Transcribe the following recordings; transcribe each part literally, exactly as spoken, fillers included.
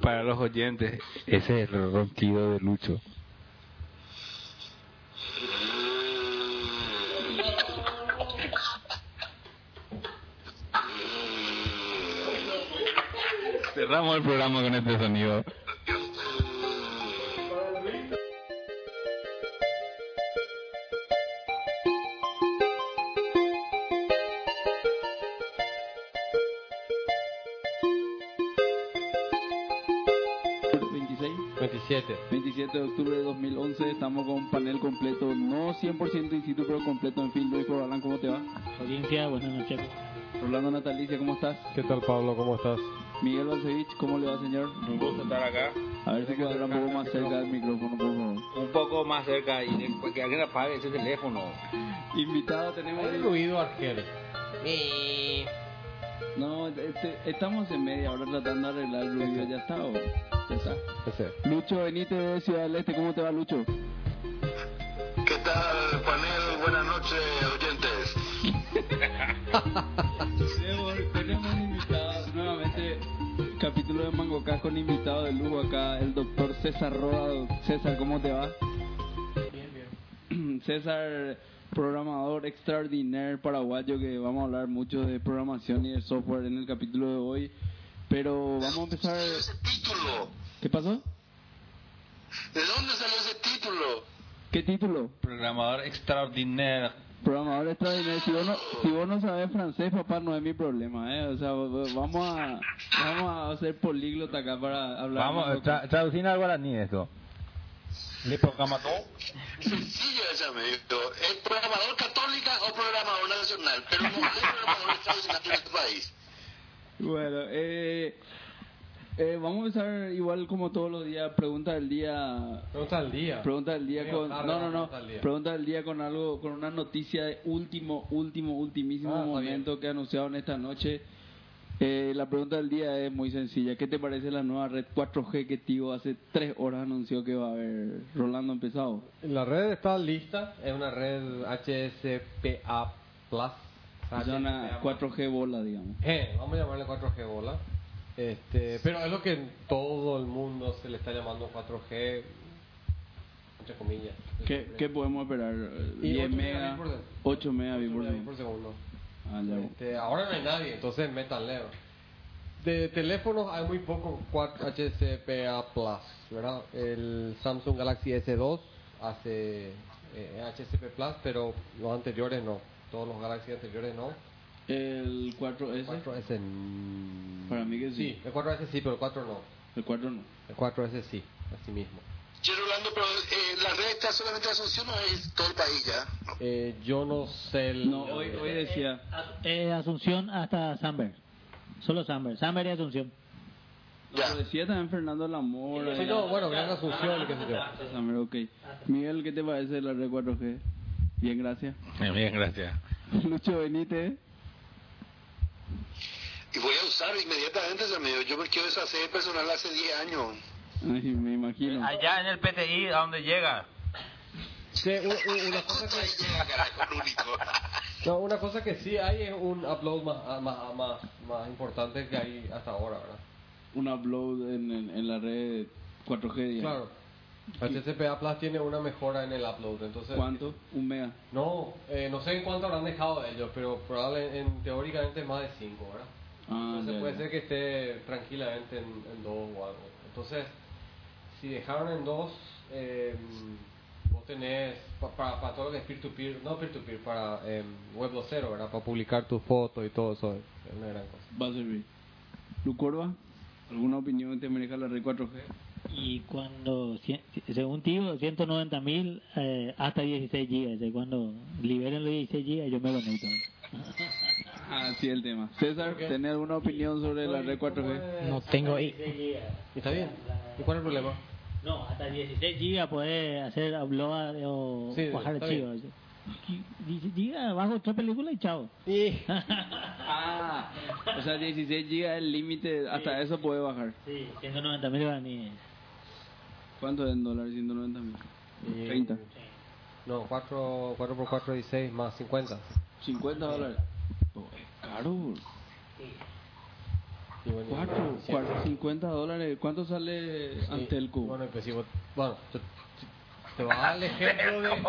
para los oyentes, ese es el ronquido de Lucho. Cerramos el programa con este sonido. veintisiete. veintisiete de octubre de dos mil once, estamos con un panel completo, no cien por ciento in situ, pero completo. En fin, Luis Corbalán, ¿cómo te va? Audiencia, buenas noches. Rolando Natalicia, ¿cómo estás? ¿Qué tal, Pablo? ¿Cómo estás? Miguel Balcevich, ¿cómo le va, señor? Un gusto estar acá. A ver si puede hablar un poco más cerca del micrófono, por favor. Un poco más cerca y de- que alguien apague ese teléfono. Invitado tenemos... Hay ruido argel. No, este, estamos en media hora tratando de arreglar el ruido, ya está, ¿o? Ya está. Ese. Lucho Benítez de Ciudad del Este, ¿cómo te va, Lucho? ¿Qué tal, panel? Buenas noches, oyentes. tenemos, tenemos un invitado, nuevamente, capítulo de Mangocas con invitado de lujo acá, el doctor César Roa. César, ¿cómo te va? Bien, bien. César, programador extraordinario paraguayo, que vamos a hablar mucho de programación y de software en el capítulo de hoy, pero vamos a empezar... ¿De dónde salió ese título? ¿Qué pasó? ¿De dónde salió ese título? ¿Qué título? Programador extraordinario. Programador extraordinario. Si vos no, si vos no sabes francés, papá, no es mi problema, ¿eh? O sea, vamos a, vamos a hacer políglota acá para hablar. Vamos, tra traducir al guaraní esto. Le programador. Sencillo ese amigo. ¿Es programador católica o programador nacional? Pero no hay programador extraordinario en este país. Bueno, eh, eh, vamos a empezar igual como todos los días, pregunta del día. Pregunta del día. Pregunta del día Medio con tarde, no no no pregunta del día. pregunta del día con algo, con una noticia de último último ultimísimo Ah, está momento que anunciaron esta noche. Eh, la pregunta del día es muy sencilla. ¿Qué te parece la nueva red cuatro G que Tigo hace tres horas anunció que va a haber? Rolando, empezado. La red está lista. Es una red H S P A Plus. Es una cuatro G bola, digamos. Eh, vamos a llamarle cuatro G bola. Este, pero es lo que todo el mundo se le está llamando cuatro G, entre comillas. ¿Qué, ¿qué podemos esperar? Y diez ocho megas, megabits por segundo. ocho megabits por megabits por segundo. segundo. Ah, ya. Este, ahora no hay nadie, entonces métanle. De teléfonos hay muy poco cuatro H S P A Plus, ¿verdad? El Samsung Galaxy S dos hace eh, H S P Plus, pero los anteriores no. Todos los Galaxy anteriores no. El cuatro S. cuatro S mm, Para mí que sí. Sí, el cuatro S sí, pero el cuatro no. El cuatro no. El cuatro S sí, así mismo. Che, Rolando, pero eh, ¿la red está solamente en Asunción o es todo el país ya? Eh, yo no sé el... No, hoy, hoy decía. Eh, Asunción hasta Samber. Solo Samber. Samber y Asunción. Ya. Lo decía también Fernando Lamora. Sí, no, bueno, Gran Asunción, qué sé yo. Samber, ok. Miguel, ¿qué te parece la red cuatro G? Bien, gracias. Bien, gracias. Lucho Benítez. Y voy a usar inmediatamente ese amigo. Yo me quiero deshacer personal hace diez años. Ay, me imagino. Allá en el P T I, ¿a dónde llega? Sí, u- u- una cosa Ahí que... llega, carajo, el único. No, una cosa que sí hay es un upload más, más, más, más importante que hay hasta ahora, ¿verdad? Un upload en, en, en la red cuatro G, digamos. Claro. H S P A Plus tiene una mejora en el upload, entonces... ¿Cuánto? Un mega. No, eh, no sé en cuánto habrán dejado ellos, pero probablemente, en, teóricamente más de cinco, ¿verdad? Ah, Entonces ya, puede ya. ser que esté tranquilamente en, en dos o algo. Entonces, si dejaron en dos, eh, vos tenés para pa, pa todo lo que es peer-to-peer, no peer-to-peer, para eh, web dos punto cero, ¿verdad? Para publicar tus fotos y todo eso, es una gran cosa. Va a servir. Lucorba, ¿alguna opinión que te maneja la red cuatro G? Y cuando, cien- según tío, ciento noventa mil eh, hasta dieciséis gigas. Y cuando liberen los dieciséis gigas, yo me conecto. Ah, sí, el tema. César, ¿tenés alguna opinión sobre la red cuatro G? No tengo ahí. ¿Y está bien? ¿Y cuál es el problema? No, hasta dieciséis gigas puedes hacer upload o Sí, bajar está archivos. dieciséis gigas, bajo tres películas y chao. Y... Ah, o sea, dieciséis gigas es el límite, hasta eso puede bajar. Sí, ciento noventa mil guaraníes. ¿Cuánto es en dólares? ciento noventa mil. treinta. No, cuatro por cuatro, dieciséis más cincuenta. cincuenta dólares. Oh, es caro. Y bueno, Cuatro, sí, cuatro, cincuenta dólares. ¿Cuánto sale sí. Antelco? Bueno, pues si vos- bueno, te, te voy a dar el ejemplo de...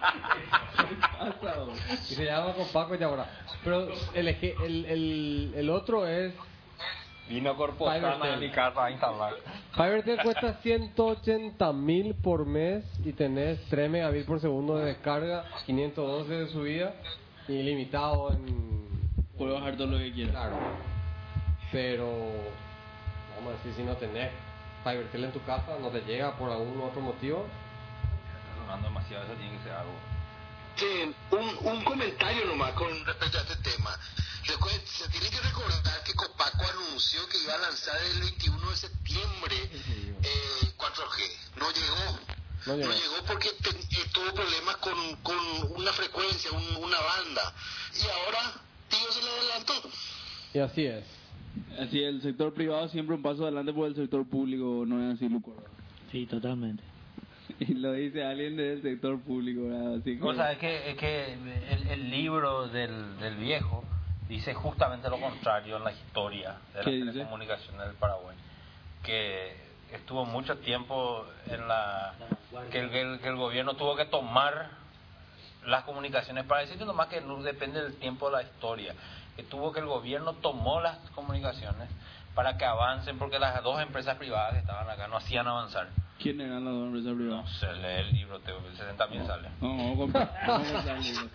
Y se llama con Paco y ahora. Pero el, eje- el, el, el otro es... Vino Corposana a mi casa a instalar. Fivertel cuesta ciento ochenta mil por mes y tenés tres megabits por segundo de descarga, quinientos doce de subida, ilimitado en... Puedes bajar todo lo que quieras. Claro. Pero, vamos a decir, si no tenés Fivertel en tu casa, no te llega por algún otro motivo. Está sonando demasiado, eso tiene que ser algo. Sí, un, un comentario nomás con respecto a este tema. Recuerden, se tiene que recordar que Copaco anunció que iba a lanzar el veintiuno de septiembre eh, cuatro G. No llegó. No llegó. No llegó porque te- eh, tuvo problemas con, con una frecuencia, un- una banda. Y ahora, tío, se le adelantó. Y así es. Así, el sector privado siempre un paso adelante por el sector público, no es así, Luco. Sí, totalmente. Y lo dice alguien del sector público, ¿verdad? Así que... O sea, es que, es que el, el libro del, del viejo dice justamente lo contrario en la historia de las ¿Qué dice? telecomunicaciones del Paraguay. Que estuvo mucho tiempo en la... Que el, que el, que el gobierno tuvo que tomar las comunicaciones para decirte nomás que no depende del tiempo de la historia. Que tuvo que el gobierno tomó las comunicaciones para que avancen porque las dos empresas privadas que estaban acá no hacían avanzar. ¿Quién eran las dos empresas No privadas? sé, lee el libro, te, sesenta mil sale. No, vamos a comprar. Vamos a comprar el libro.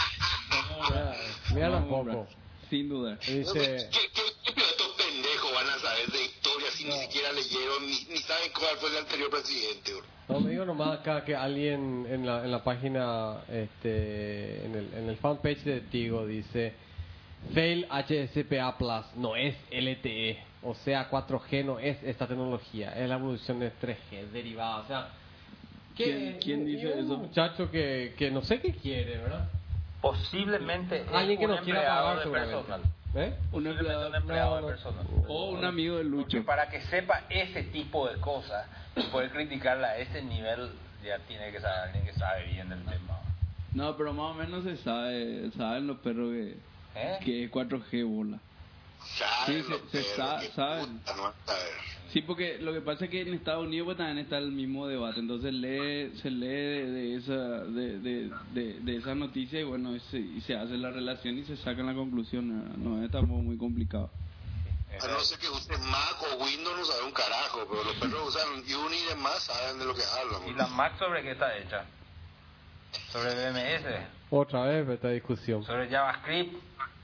Míralo Vamos a poco. comprar. Sin duda. Dice... ¿Qué, qué, qué pero estos pendejos van a saber de historia si ni siquiera leyeron, ni, ni saben cuál fue el anterior presidente? Bro? No, me digo nomás acá que alguien en la, en la página, este, en el, en el fanpage de Tigo dice Fail H S P A Plus no es L T E, o sea cuatro G no es esta tecnología, es la evolución de tres G derivada, o sea... ¿Quién- quién dice y un eso? muchacho que, que no sé qué quiere, ¿verdad? Posiblemente Alguien que un no quiera empleado pagar de seguramente. personal. ¿Eh? Un Posiblemente empleado, un empleado no, de no. personal. o un amigo de Porque Lucho. para que sepa ese tipo de cosas y poder criticarla a ese nivel, ya tiene que saber alguien que sabe bien del tema. No, pero más o menos se sabe, saben los perros que, ¿Eh? que es cuatro G bola. Saben Sí, los se- se perros, sa- qué saben. puta, no van a saber. Sí, porque lo que pasa es que en Estados Unidos pues, también está el mismo debate, entonces lee, se lee de, de esa de, de, de, de esa noticia y bueno, y se, y se hace la relación y se sacan la conclusión, no, no es tampoco muy complicado. A no ser que usen Mac o Windows no saben un carajo, pero los perros usan Uni y demás saben de lo que hablan. ¿Y bro. la Mac sobre qué está hecha? ¿Sobre B M S? Otra vez esta discusión. ¿Sobre JavaScript?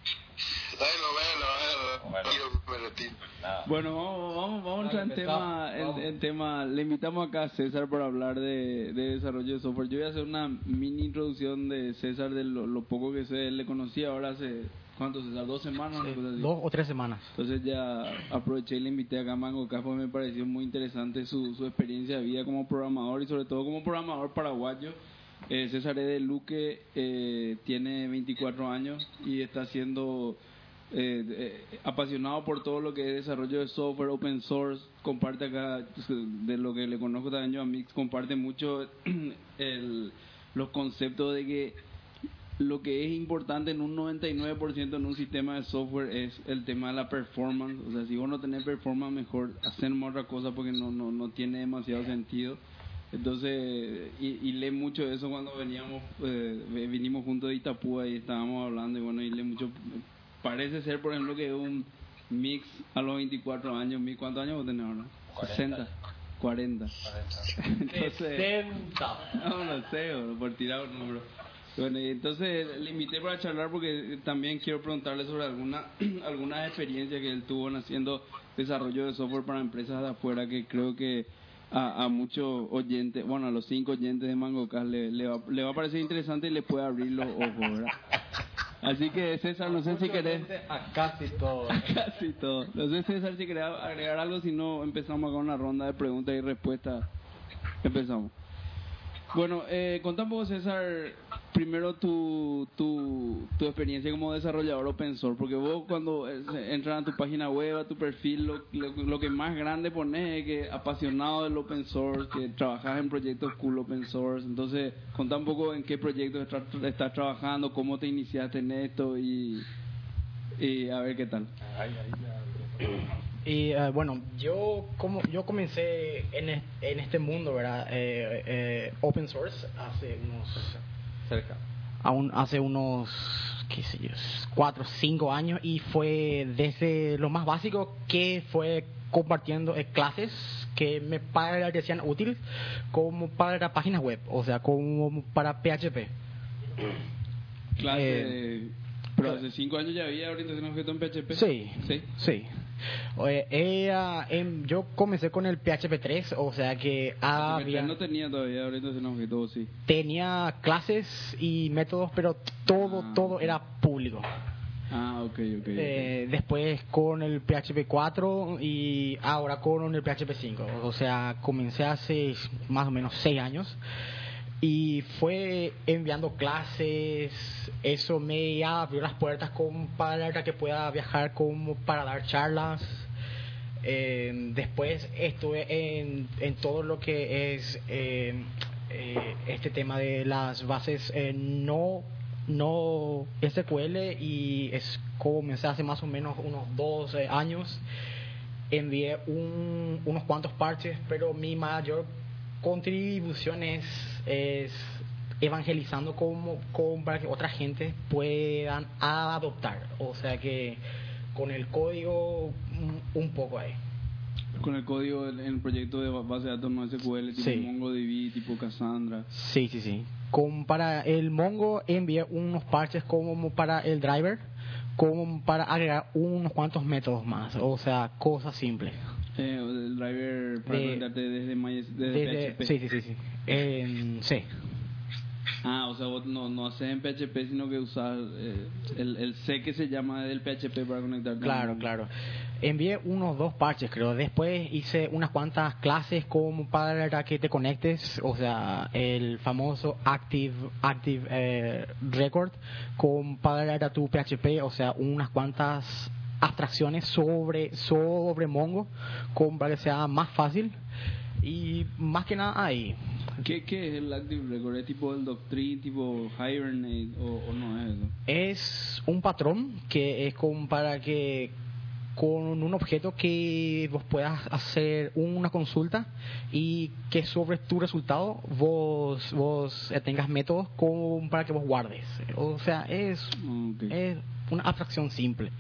Bueno, bueno, Bueno. bueno, me retiro. Nada. Bueno, vamos, vamos, vamos a entrar en Dale, tema, empezá, en, vamos. en tema, le invitamos acá a César para hablar de, de desarrollo de software. Yo voy a hacer una mini introducción de César de lo, lo poco que sé, le conocí ahora hace, ¿cuánto César? ¿Dos semanas? Una cosa así. Dos o tres semanas. Entonces ya aproveché y le invité acá a Mango Caf porque me pareció muy interesante su, su experiencia de vida como programador y sobre todo como programador paraguayo. Eh, César es de Luque, eh, tiene veinticuatro años y está siendo eh, eh, apasionado por todo lo que es desarrollo de software, open source. Comparte acá, de lo que le conozco también yo a Mix, comparte mucho el, los conceptos de que lo que es importante en un noventa y nueve por ciento en un sistema de software es el tema de la performance. O sea, si vos no tenés performance, mejor hacer otra cosa porque no, no, no tiene demasiado sentido. Entonces, y, y lee mucho de eso cuando veníamos, eh, vinimos juntos de Itapúa y estábamos hablando y bueno, y lee mucho. Parece ser, por ejemplo, que es un mix a los veinticuatro años. Mix, ¿cuántos años vos tenés ahora? sesenta. cuarenta. Entonces, sesenta. no, no sé, bro, por tirar un número. Bueno, y entonces le invité para charlar porque también quiero preguntarle sobre alguna, algunas experiencias que él tuvo en haciendo desarrollo de software para empresas de afuera que creo que a, a muchos oyentes, bueno, a los cinco oyentes de MangoCast le, le, va, le va a parecer interesante y le puede abrir los ojos, ¿verdad? Así que César, no sé si querés... A casi todo. Casi todo. No sé, César, si querés agregar algo, si no empezamos con una ronda de preguntas y respuestas. Empezamos. Bueno, eh, contá un poco, César, primero tu, tu, tu experiencia como desarrollador open source, porque vos cuando eh, entras a tu página web, a tu perfil, lo, lo, lo que más grande pones es que apasionado del open source, que trabajas en proyectos cool open source. Entonces, contá un poco en qué proyectos estás, estás trabajando, cómo te iniciaste en esto y, y a ver qué tal. Y eh, bueno, yo como yo comencé en, es- en este mundo, ¿verdad? Eh, eh, open source hace unos Cerca. aún hace unos qué sé yo, cuatro, cinco años y fue desde lo más básico que fue compartiendo eh, clases que me parecían útiles como para páginas web, o sea, como para P H P. Clase, Eh, pero hace cinco años ya había orientación a objeto en P H P. Sí, Sí. sí. Oye, era, em, yo comencé con el P H P tres, o sea que P H P había, tres no tenía todavía orientación a objeto, sí. tenía clases y métodos, pero todo, Ah, todo ok. era público. Ah, ok, ok. ok. Eh, después con el P H P cuatro y ahora con el P H P cinco. O sea, comencé hace más o menos seis años y fue enviando clases. Eso me abrió las puertas como para que pueda viajar, como para dar charlas. Eh, después estuve en, en todo lo que es eh, eh, este tema de las bases eh, no no S Q L y es comencé hace más o menos unos dos eh, años. Envié un- unos cuantos parches, pero mi mayor contribución es, es evangelizando como, como para que otra gente puedan adoptar, o sea que con el código un, un poco ahí. Con el código en el proyecto de base de datos no S Q L, tipo Sí. MongoDB, tipo Cassandra. Sí, sí, sí. Como para el Mongo envié unos parches como para el driver, como para agregar unos cuantos métodos más, o sea, cosas simples. Eh, el driver para De- conectarte desde, My- desde Desde- P H P. sí, sí, sí, sí. En- sí. Ah, o sea, vos no, no haces en P H P, sino que usas eh, el, el C que se llama del P H P para conectarte. Claro, claro. Envié unos dos parches, creo. Después hice unas cuantas clases como para que te conectes, o sea, el famoso Active Active eh, Record, como para tu P H P, o sea, unas cuantas abstracciones sobre sobre Mongo, como para que sea más fácil. Y más que nada ahí. ¿Qué, ¿Qué es el Active Record? ¿Es tipo el Doctrine, tipo Hibernate o, o no es eso? Es un patrón que es como para que con un objeto que vos puedas hacer una consulta y que sobre tu resultado vos vos eh, tengas métodos como para que vos guardes. O sea, es, Ah, ok. es una abstracción simple.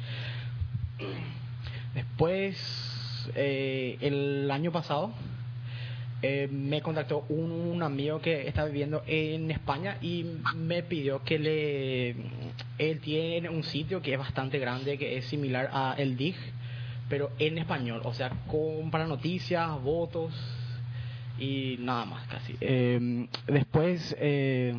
Después, eh, el año pasado, eh, me contactó un, un amigo que está viviendo en España y me pidió que le... Él tiene un sitio que es bastante grande, que es similar a el D I G, pero en español, o sea, con, para noticias, votos y nada más casi. Eh, después... Eh,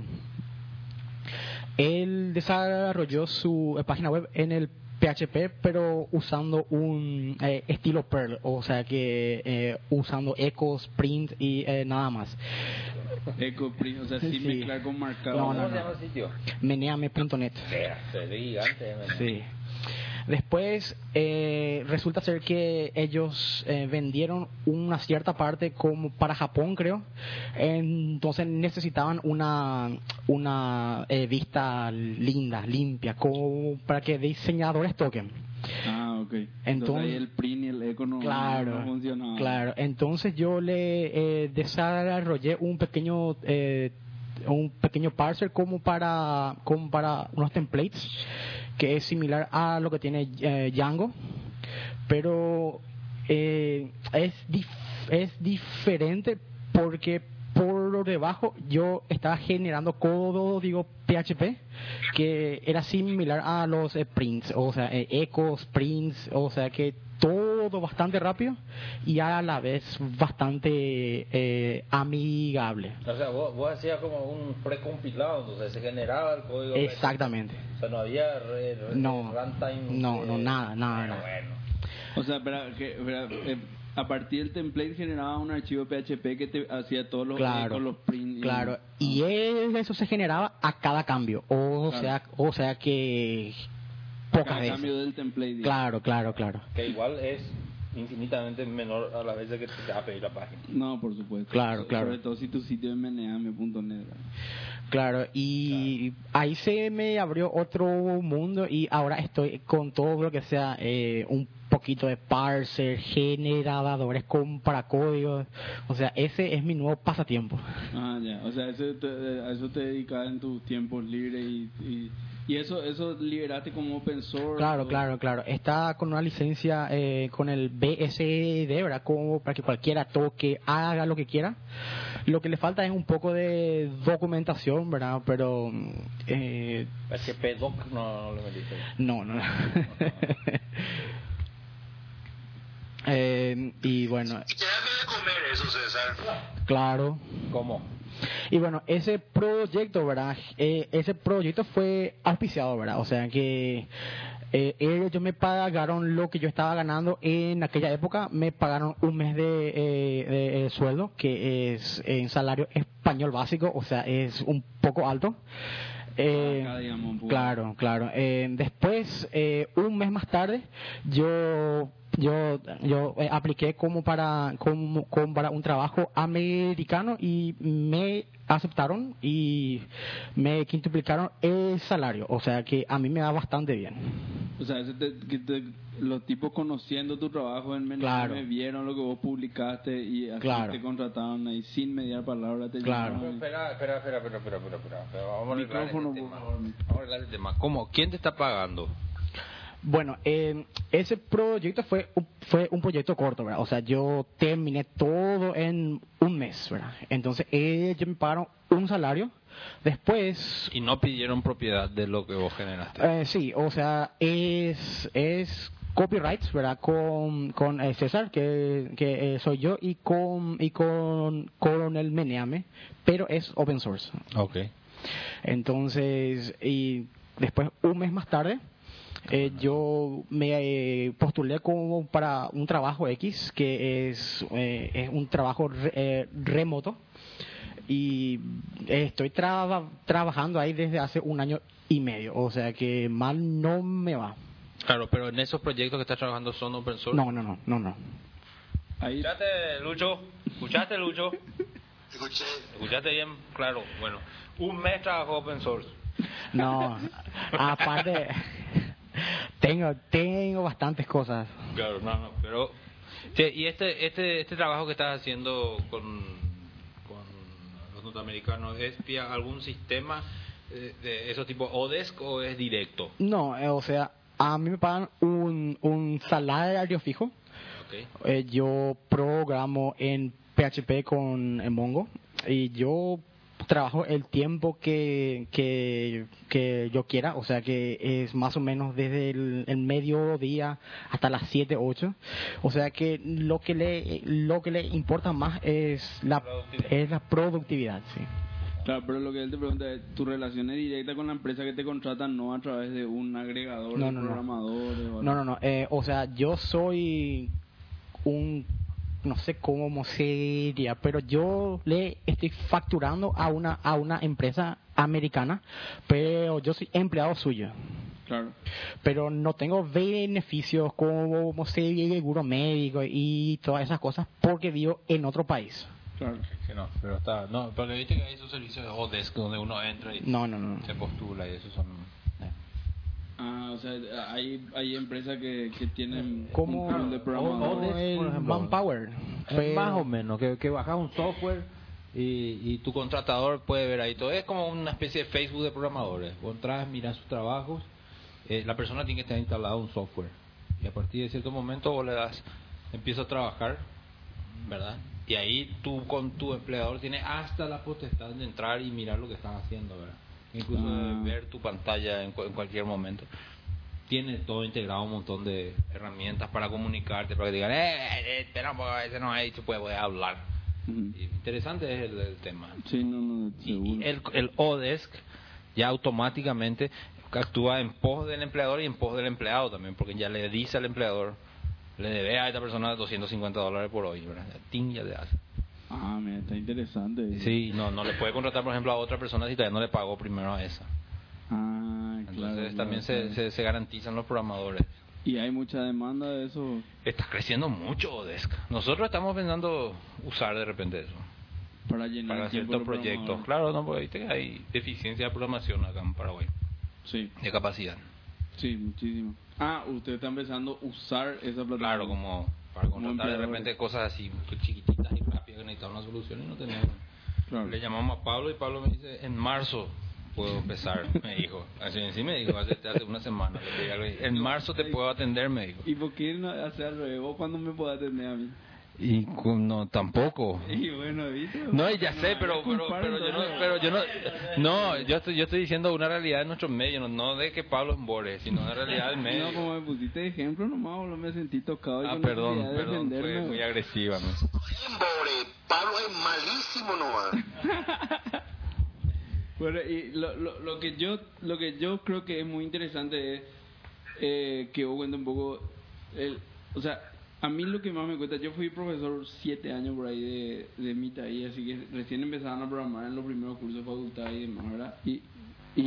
él desarrolló su eh, página web en el P H P, pero usando un eh, estilo Perl, o sea que eh, usando echos, print y eh, nada más. Echo Print, o sea, sin Sí. mezclar con marcado. No, ¿Cómo no, se no. llama el sitio? Meneame punto net. Vea, se ve gigante. ¿eh? Sí. Después eh, resulta ser que ellos eh, vendieron una cierta parte como para Japón, creo. Entonces necesitaban una una eh, vista linda, limpia, como para que diseñadores toquen. Ah, ok. Entonces, Entonces- ahí el Print y el Echo no, Claro, no funcionaban. claro. Entonces yo le eh, desarrollé un pequeño eh, un pequeño parser como para como para unos templates que es similar a lo que tiene eh, Django, pero eh, es dif- es diferente porque por debajo yo estaba generando código P H P que era similar a los eh, prints, o sea, eh, echos, prints, o sea que todo bastante rápido y a la vez bastante eh, amigable. O sea, vos, vos hacías como un precompilado, entonces se generaba el código. Exactamente. O sea, no había re- re- No, runtime. no, no, eh, nada, nada, bueno, nada. bueno. O sea, espera, que, espera, eh, a partir del template generaba un archivo P H P que te hacía todos los Claro, echos, los print. y- claro. Y eso se generaba a cada cambio, o Claro. sea, o sea que A pocas cada veces. cambio del template. digamos. Claro, claro, claro. Que igual es infinitamente menor a la vez que te va a pedir la página. No, por supuesto. Claro, claro. Sobre todo si tu sitio es meneame punto net. Claro, y ahí se me abrió otro mundo y ahora estoy con todo lo que sea eh, un poquito de parser, generadores con para códigos, o sea, ese es mi nuevo pasatiempo. Ah, ya, o sea, eso te, a eso te dedicas en tus tiempos libres y, y, y eso eso liberaste como open source. Claro, o... claro, claro. Está con una licencia eh, con el B S D, ¿verdad? Como para que cualquiera toque, haga lo que quiera. Lo que le falta es un poco de documentación, ¿verdad? Pero... Eh, P H P doc no, no lo metiste. no, no. eh, y bueno... Y te da de comer eso, César. Claro. ¿Cómo? Y bueno, ese proyecto, ¿verdad? Eh, ese proyecto fue auspiciado, ¿verdad? O sea que eh, ellos me pagaron lo que yo estaba ganando en aquella época, me pagaron un mes de, eh, de, eh, sueldo, que es en salario español básico, o sea, es un poco alto. Eh, Acá, digamos, un poco. claro, claro. Eh, después, eh, un mes más tarde, yo yo yo eh, apliqué como para como, como para un trabajo americano y me aceptaron y me quintuplicaron el salario, o sea que a mí me da bastante bien. O sea, ese te, que te- los tipos conociendo tu trabajo en Meneame Claro. vieron lo que vos publicaste y así Claro. te contrataron ahí sin mediar palabra. Te Claro. llamaron. Espera, espera, espera, espera, espera, espera, espera, espera. Vamos a arreglar Micrófono, este por tema. favor. Vamos a arreglar el tema. ¿Cómo? ¿Quién te está pagando? Bueno, eh, ese proyecto fue un, fue un proyecto corto, ¿verdad? O sea, yo terminé todo en un mes, ¿verdad? Entonces ellos me pagaron un salario. Después, Y no pidieron propiedad de lo que vos generaste. eh, sí, o sea, es es copyrights, ¿verdad? Con, con eh, César, que, que eh, soy yo, y con y con, con el Meneame, pero es open source. Ok. Entonces, y después, un mes más tarde, eh, yo me eh, postulé como para un trabajo X, que es, eh, es un trabajo re- eh, remoto, y estoy traba- trabajando ahí desde hace un año y medio, o sea que mal no me va. Claro, pero en esos proyectos que estás trabajando son open source. No, no, no, no, no. Ahí, ¿Escuchaste, Lucho? ¿Escuchaste, Lucho? Escuché. ¿Escuchaste bien? Claro, bueno. Un mes trabajó open source. No, aparte, tengo, tengo bastantes cosas. Claro, no, no, pero... Che, y este, este, este trabajo que estás haciendo con, con los norteamericanos, ¿es vía algún sistema eh, de esos tipos Odesk o es directo? No, eh, o sea, a mí me pagan un, un salario fijo. Ok. Eh, yo programo en P H P con en Mongo y yo trabajo el tiempo que, que, que yo quiera, o sea que es más o menos desde el, el mediodía hasta las siete, ocho, o sea que lo que le lo que le importa más es la Productividad. es la productividad, sí. claro, pero lo que él te pregunta es, ¿tu relación es directa con la empresa que te contrata, no a través de un agregador No, de no, no. programadores? o algo? No, no, no, eh, o sea, yo soy un, no sé cómo se diría, pero yo le estoy facturando a una a una empresa americana, pero yo soy empleado suyo. Claro. Pero no tengo beneficios como seguro médico y todas esas cosas porque vivo en otro país. Claro. Que no, pero está... No, porque viste que hay esos servicios de Odesk donde uno entra y No, no, no. se postula y esos son... Ah, o sea, hay, hay empresas que, que tienen Como, un pool de programadores. como el por ejemplo. Manpower. Es Pero- más o menos, que, que bajas un software Y, y tu contratador puede ver ahí todo. Es como una especie de Facebook de programadores. Vos entras, miras sus trabajos. Eh, la persona tiene que estar instalado un software. Y a partir de cierto momento vos le das, empieza a trabajar, ¿verdad? Y ahí tú con tu empleador tienes hasta la potestad de entrar y mirar lo que estás haciendo, ¿verdad? Incluso Ah. de ver tu pantalla en, cu- en cualquier momento. Tiene todo integrado, un montón de herramientas para comunicarte, para que te digan, eh, eh, espera un poco, ese no es, y tú puedes hablar. Ujú. Y interesante es el, el tema. Sí, no, no, Y, seguro. y el, el Odesk ya automáticamente actúa en pos del empleador y en pos del empleado también, porque ya le dice al empleador, le debe a esta persona doscientos cincuenta dólares por hoy, ¿verdad? Ting, ya le hace. Ah, mira, está interesante. Sí, no, no le puede contratar, por ejemplo, a otra persona si todavía no le pagó primero a esa. Ah, claro. Entonces claro, también claro. se, se, se garantizan los programadores. ¿Y hay mucha demanda de eso? Está creciendo mucho Odesk. Nosotros estamos pensando usar de repente eso Para llenar para el tiempo ciertos de los proyectos. programadores. Claro, no, porque viste que hay deficiencia de programación acá en Paraguay, Sí, de capacidad. sí, muchísimo. Ah, usted está empezando a usar esa plataforma. Claro, como para Como contratar de empleadores. repente cosas así chiquititas y rápidas que necesitan una solución y no tenemos. Claro. Le llamamos a Pablo y Pablo me dice, en marzo puedo empezar, me dijo. Así en sí me dijo, hace, hace una semana. Le dije algo así, en marzo te puedo atender, me dijo. ¿Y por qué no hacer al revés? ¿Vos cuándo me podés atender a mí? Y con- no, tampoco. Y bueno, ¿viste? No, y ya No sé, me pero, hagas pero, culpar, pero yo no, entonces. pero yo no, no, yo estoy, yo estoy diciendo una realidad de nuestros medios, no, no de que Pablo embore, sino una realidad del medio. No, como me pusiste de ejemplo nomás, boludo, me sentí tocado y Ah, con perdón, necesidad de perdón, fue defenderme. muy agresiva. ¿no? Embore, Pablo es malísimo nomás. Bueno, y lo, lo, lo que yo lo que yo creo que es muy interesante es eh, que vos cuentes un poco el, o sea, a mí lo que más me cuesta, yo fui profesor siete años por ahí de, de M I T A I, así que recién empezaban a programar en los primeros cursos de facultad y demás, ¿verdad? Y, y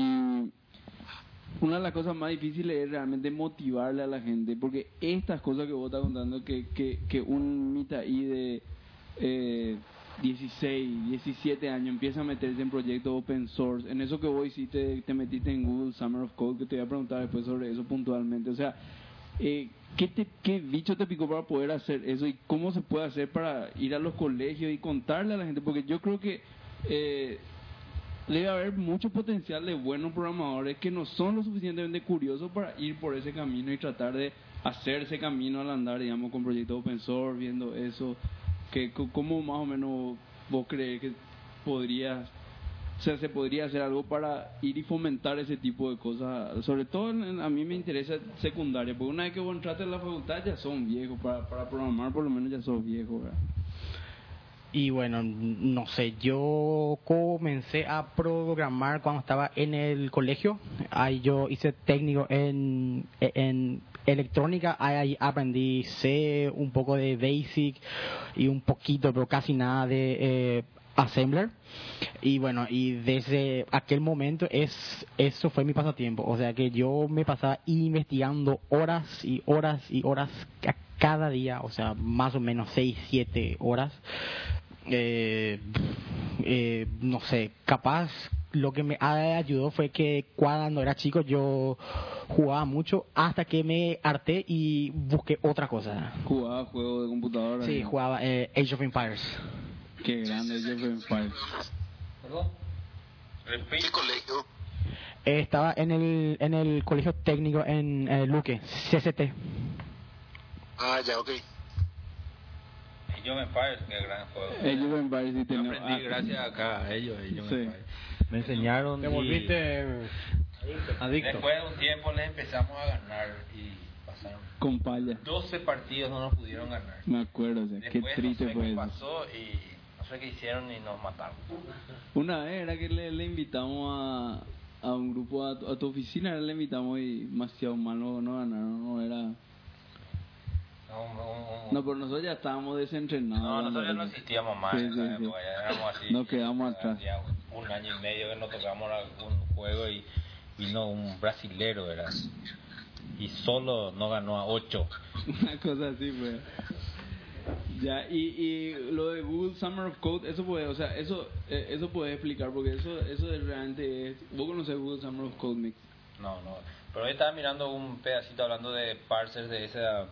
una de las cosas más difíciles es realmente motivarle a la gente, porque estas cosas que vos estás contando, que, que, que un M I T A I de eh, dieciséis, diecisiete años empieza a meterse en proyectos open source, en eso que vos hiciste, te metiste en Google Summer of Code, que te voy a preguntar después sobre eso puntualmente, o sea, eh, ¿qué, te, ¿qué bicho te picó para poder hacer eso y cómo se puede hacer para ir a los colegios y contarle a la gente? Porque yo creo que eh, debe haber mucho potencial de buenos programadores que no son lo suficientemente curiosos para ir por ese camino y tratar de hacer ese camino al andar, digamos, con proyectos open source, viendo eso. Que, ¿Cómo más o menos vos crees que podría, o sea, se podría hacer algo para ir y fomentar ese tipo de cosas? Sobre todo en- a mí me interesa secundaria, porque una vez que vos entraste en la facultad ya son viejos, para, para programar por lo menos ya sos viejo, ¿verdad? Y bueno, no sé, yo comencé a programar cuando estaba en el colegio. Ahí yo hice técnico en, en electrónica. Ahí aprendí C, un poco de Basic y un poquito, pero casi nada de eh, Assembler. Y bueno, y desde aquel momento es eso fue mi pasatiempo. O sea que yo me pasaba investigando horas y horas y horas ca- cada día, o sea, más o menos seis, siete horas. Eh, eh, no sé, capaz lo que me ayudó fue que cuando era chico yo jugaba mucho hasta que me harté y busqué otra cosa. Jugaba juegos de computadora. Sí, ¿no? jugaba eh, Age of Empires. Qué grande, yo fui en Fire. ¿Perdón? ¿Qué colegio? Eh, estaba en el en el colegio técnico en eh, Luque, C C T. Ah, ya, ok. Yo me Empires, qué gran juego. Ellos en Fire sí Yo tenemos. aprendí gracias acá a ellos, ellos Sí. me Empires. Me enseñaron Te y- volviste adicto. Después de un tiempo les empezamos a ganar y pasaron Con palla. doce partidos, no nos pudieron ganar. Me acuerdo, o sea, qué Después triste no sé fue qué eso. pasó y no sé qué hicieron y nos mataron. Una vez era que le, le invitamos a, a un grupo a tu, a tu oficina, le invitamos y demasiado mal no, no ganaron, no era... No, no, no, No, pero nosotros ya estábamos desentrenados. no, nosotros ya no Sí, existíamos más sí, en esa sí. época, ya éramos así. Nos quedamos atrás. Ya un año y medio que no tocamos algún juego y vino un brasilero, era. Y solo no ganó a ocho. Una cosa así fue. Ya, y, y lo de Google Summer of Code, eso puede, o sea, eso eh, eso puede explicar, porque eso eso es realmente es... ¿Vos conocés Google Summer of Code, Mix? No, no. Pero hoy estaba mirando un pedacito hablando de parsers de esa.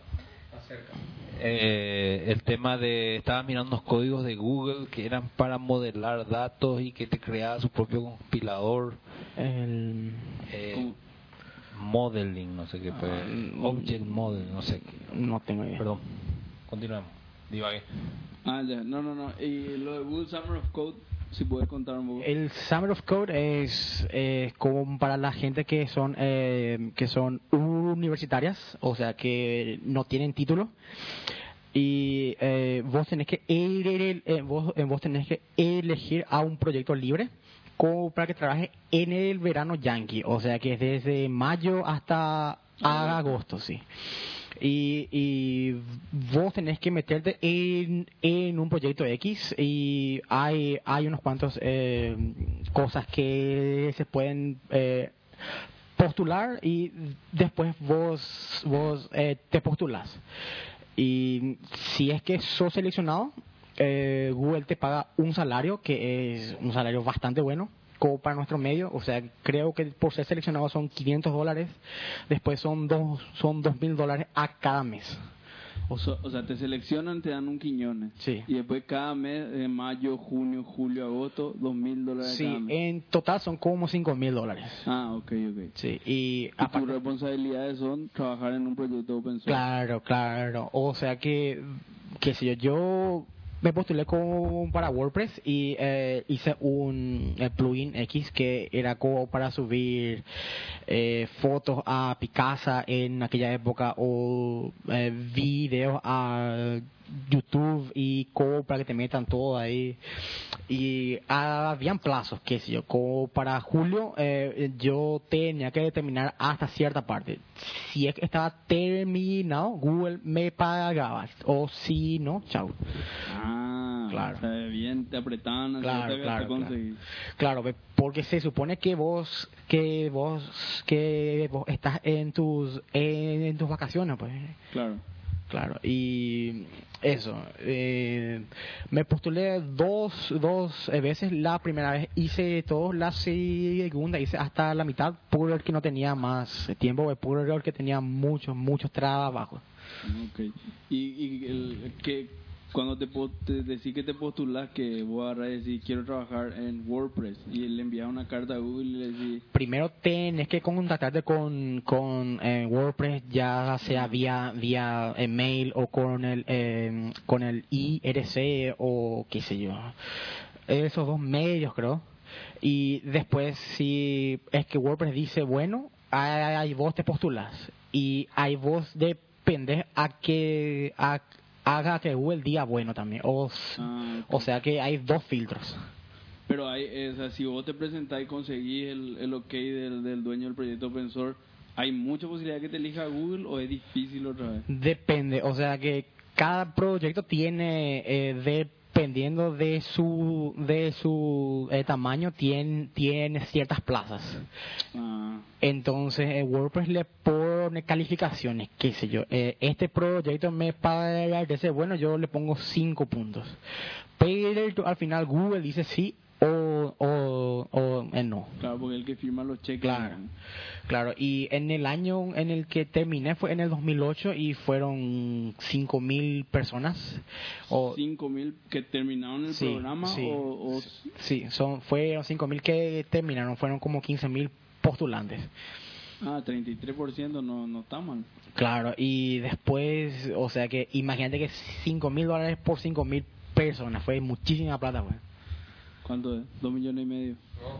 Eh, el tema de estaba mirando unos códigos de Google que eran para modelar datos y que te creaba su propio compilador, El, eh, ¿Cómo? modeling, no sé qué fue, Ah, object model, no sé qué. no tengo idea. Perdón, continuemos. Divagué. Ah, ya, no, no, no. Y lo de Google Summer of Code, si puedes contar un poco. El Summer of Code es eh, como para la gente que son eh, que son universitarias, o sea que no tienen título, y eh, vos tenés que ele- eh, vos, eh, vos tenés que elegir a un proyecto libre como para que trabaje en el verano yankee, o sea que es desde mayo hasta agosto, sí. Y, y vos tenés que meterte en, en un proyecto X y hay hay unos cuantos eh, cosas que se pueden eh, postular y después vos, vos eh, te postulas. Y si es que sos seleccionado, eh, Google te paga un salario que es un salario bastante bueno como para nuestro medio. O sea, creo que por ser seleccionado son quinientos dólares, después son dos son dos mil dólares a cada mes. O, so, o sea, te seleccionan, te dan un quiñones. Sí. Y después cada mes, de mayo, junio, julio, agosto, dos mil dólares Sí, cada mes. en total son como cinco mil dólares. Ah, ok, ok. Sí, y, Y aparte, tus responsabilidades son trabajar en un proyecto open source. claro, claro. O sea que, qué sé yo, yo me postulé como para WordPress y eh, hice un eh, plugin X que era como para subir eh, fotos a Picasa en aquella época o eh, videos a YouTube y como para que te metan todo ahí. Y ah, habían plazos, qué sé yo, como para julio eh, yo tenía que determinar hasta cierta parte. Si es que estaba terminado, Google me pagaba, o si no, chao. Ah, Claro. o sea, bien, te apretaban Claro, hasta que claro, te conseguís. Claro, ve, porque se supone que vos que vos que vos estás en tus en, en tus vacaciones, pues. Claro. Claro, y eso, eh, me postulé dos, dos veces. La primera vez hice todo, la segunda hice hasta la mitad, puro el que no tenía más tiempo, puro el que tenía muchos, muchos trabajos. Ok. Y, y el, que cuando te, po- te decís que te postulas, que vos agarrás y decís quiero trabajar en WordPress y le envías una carta a Google y le decís, Primero tenés que contactarte con, con eh, WordPress, ya sea vía vía email o con el eh, con el I R C o qué sé yo, esos dos medios creo. Y después si es que WordPress dice bueno, ahí, ahí vos te postulas y ahí vos dependes a que a, haga que Google diga bueno también, o, ah, ok. o sea que hay dos filtros. Pero hay, eh, o sea, si vos te presentás y conseguís el, el ok del, del dueño del proyecto open source, ¿hay mucha posibilidad que te elija Google o es difícil otra vez? Depende, o sea que cada proyecto tiene, eh, dependiendo de su de su eh, tamaño, tiene, tiene ciertas plazas. Ah, Entonces eh, WordPress le pone calificaciones, qué sé yo. Eh, este proyecto me parece bueno, yo le pongo cinco puntos. Pero al final Google dice sí o, o, o eh, no. claro, porque el que firma los cheques. Claro, claro. Y en el año en el que terminé fue en el dos mil ocho y fueron cinco mil personas. O, ¿cinco mil que terminaron el sí, programa sí, o, o sí, son, fueron cinco mil que terminaron, fueron como quince mil postulantes. ah, treinta y tres por ciento no, no está mal. Claro, y después, o sea que imagínate que cinco mil dólares por cinco mil personas, fue muchísima plata, güey. ¿Cuánto es? ¿Dos millones y medio?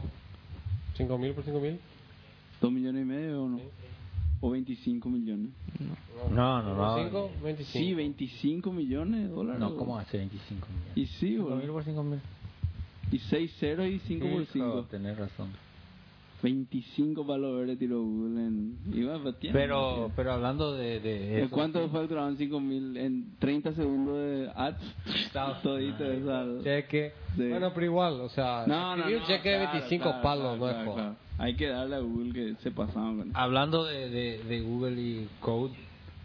¿Cinco mil por cinco mil? ¿Dos millones y medio o no? ¿O veinticinco millones? No, no, no. ¿Cinco? veinticinco. Sí, veinticinco millones de dólares. No, ¿cómo hace veinticinco millones? Y sí, cinco mil boludo. por cinco mil. Y seis ceros y cinco por cinco. Tenés razón. veinticinco palos verdes tiró Google en... Iba, pues, tiene Pero, gracia. pero hablando de, de ¿En eso, cuánto facturaban cinco mil? En treinta segundos de ads. Todito esa. cheque. Sí. Bueno, pero igual, o sea, No, no, escribir no, un cheque de claro, veinticinco claro, palos claro, no es claro, joda. claro. Hay que darle a Google que se pasaban con eso. Hablando de, de, de Google y Code,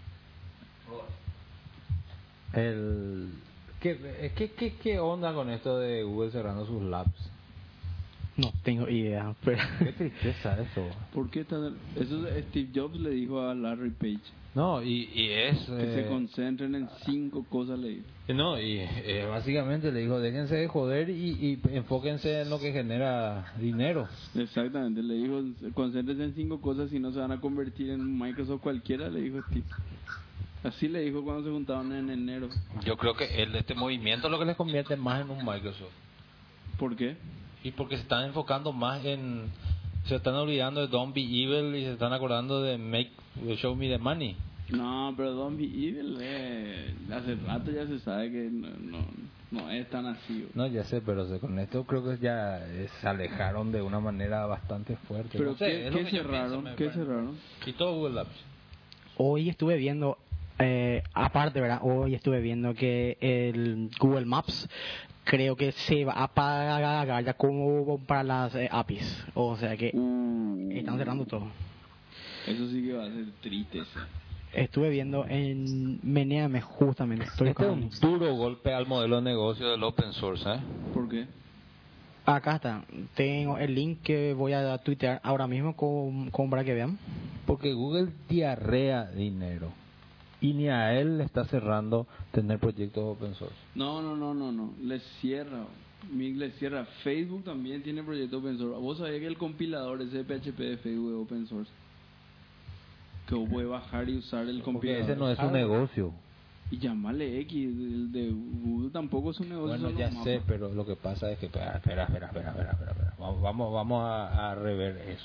el ¿qué, qué, qué, ¿qué onda con esto de Google cerrando sus labs? No tengo idea, pero... Qué tristeza eso. ¿Por qué tan... Eso Steve Jobs le dijo a Larry Page. No, y, y es... Que eh, se concentren en cinco cosas, le dijo. No, y eh, básicamente le dijo, déjense de joder y, y enfóquense en lo que genera dinero. Exactamente, le dijo, concéntrense en cinco cosas y no se van a convertir en Microsoft cualquiera, le dijo Steve. Así le dijo cuando se juntaron en enero. Yo creo que el, este movimiento lo que les convierte más en un Microsoft. ¿Por qué? Y porque se están enfocando más en... Se están olvidando de Don't Be Evil y se están acordando de Make Show Me the Money. No, pero Don't Be Evil, eh, hace rato ya se sabe que no, no, no es tan así. No, ya sé, pero se- con esto creo que ya eh, se alejaron de una manera bastante fuerte. Pero No sé, ¿qué, es lo ¿qué que yo cerraron? pienso, me ¿Qué parece. cerraron? Y todo Google Labs. Hoy estuve viendo, eh, aparte, ¿verdad? Hoy estuve viendo que el Google Maps creo que se va a pagar ya como para las eh, A P Is. O sea que Uh, están cerrando todo. Eso sí que va a ser triste. Sí. Estuve viendo en Meneame justamente. Estoy Este es con- un duro golpe al modelo de negocio del open source, ¿eh? ¿Por qué? Acá está. Tengo el link que voy a tuitear ahora mismo con, con para que vean. Porque Google diarrea dinero y ni a él le está cerrando tener proyectos open source. No, no, no, no, no. Le cierra. Mig le cierra. Facebook también tiene proyectos open source. ¿Vos sabías que el compilador ese P H P de Facebook es open source? Que vos puedes bajar y usar el Porque compilador. ese no es su negocio. Y llamarle X, el de Google tampoco es un negocio. Bueno, son ya los sé, mapas. pero lo que pasa es que espera, espera, espera, espera, espera, espera, espera. Vamos, vamos, vamos a, a rever eso.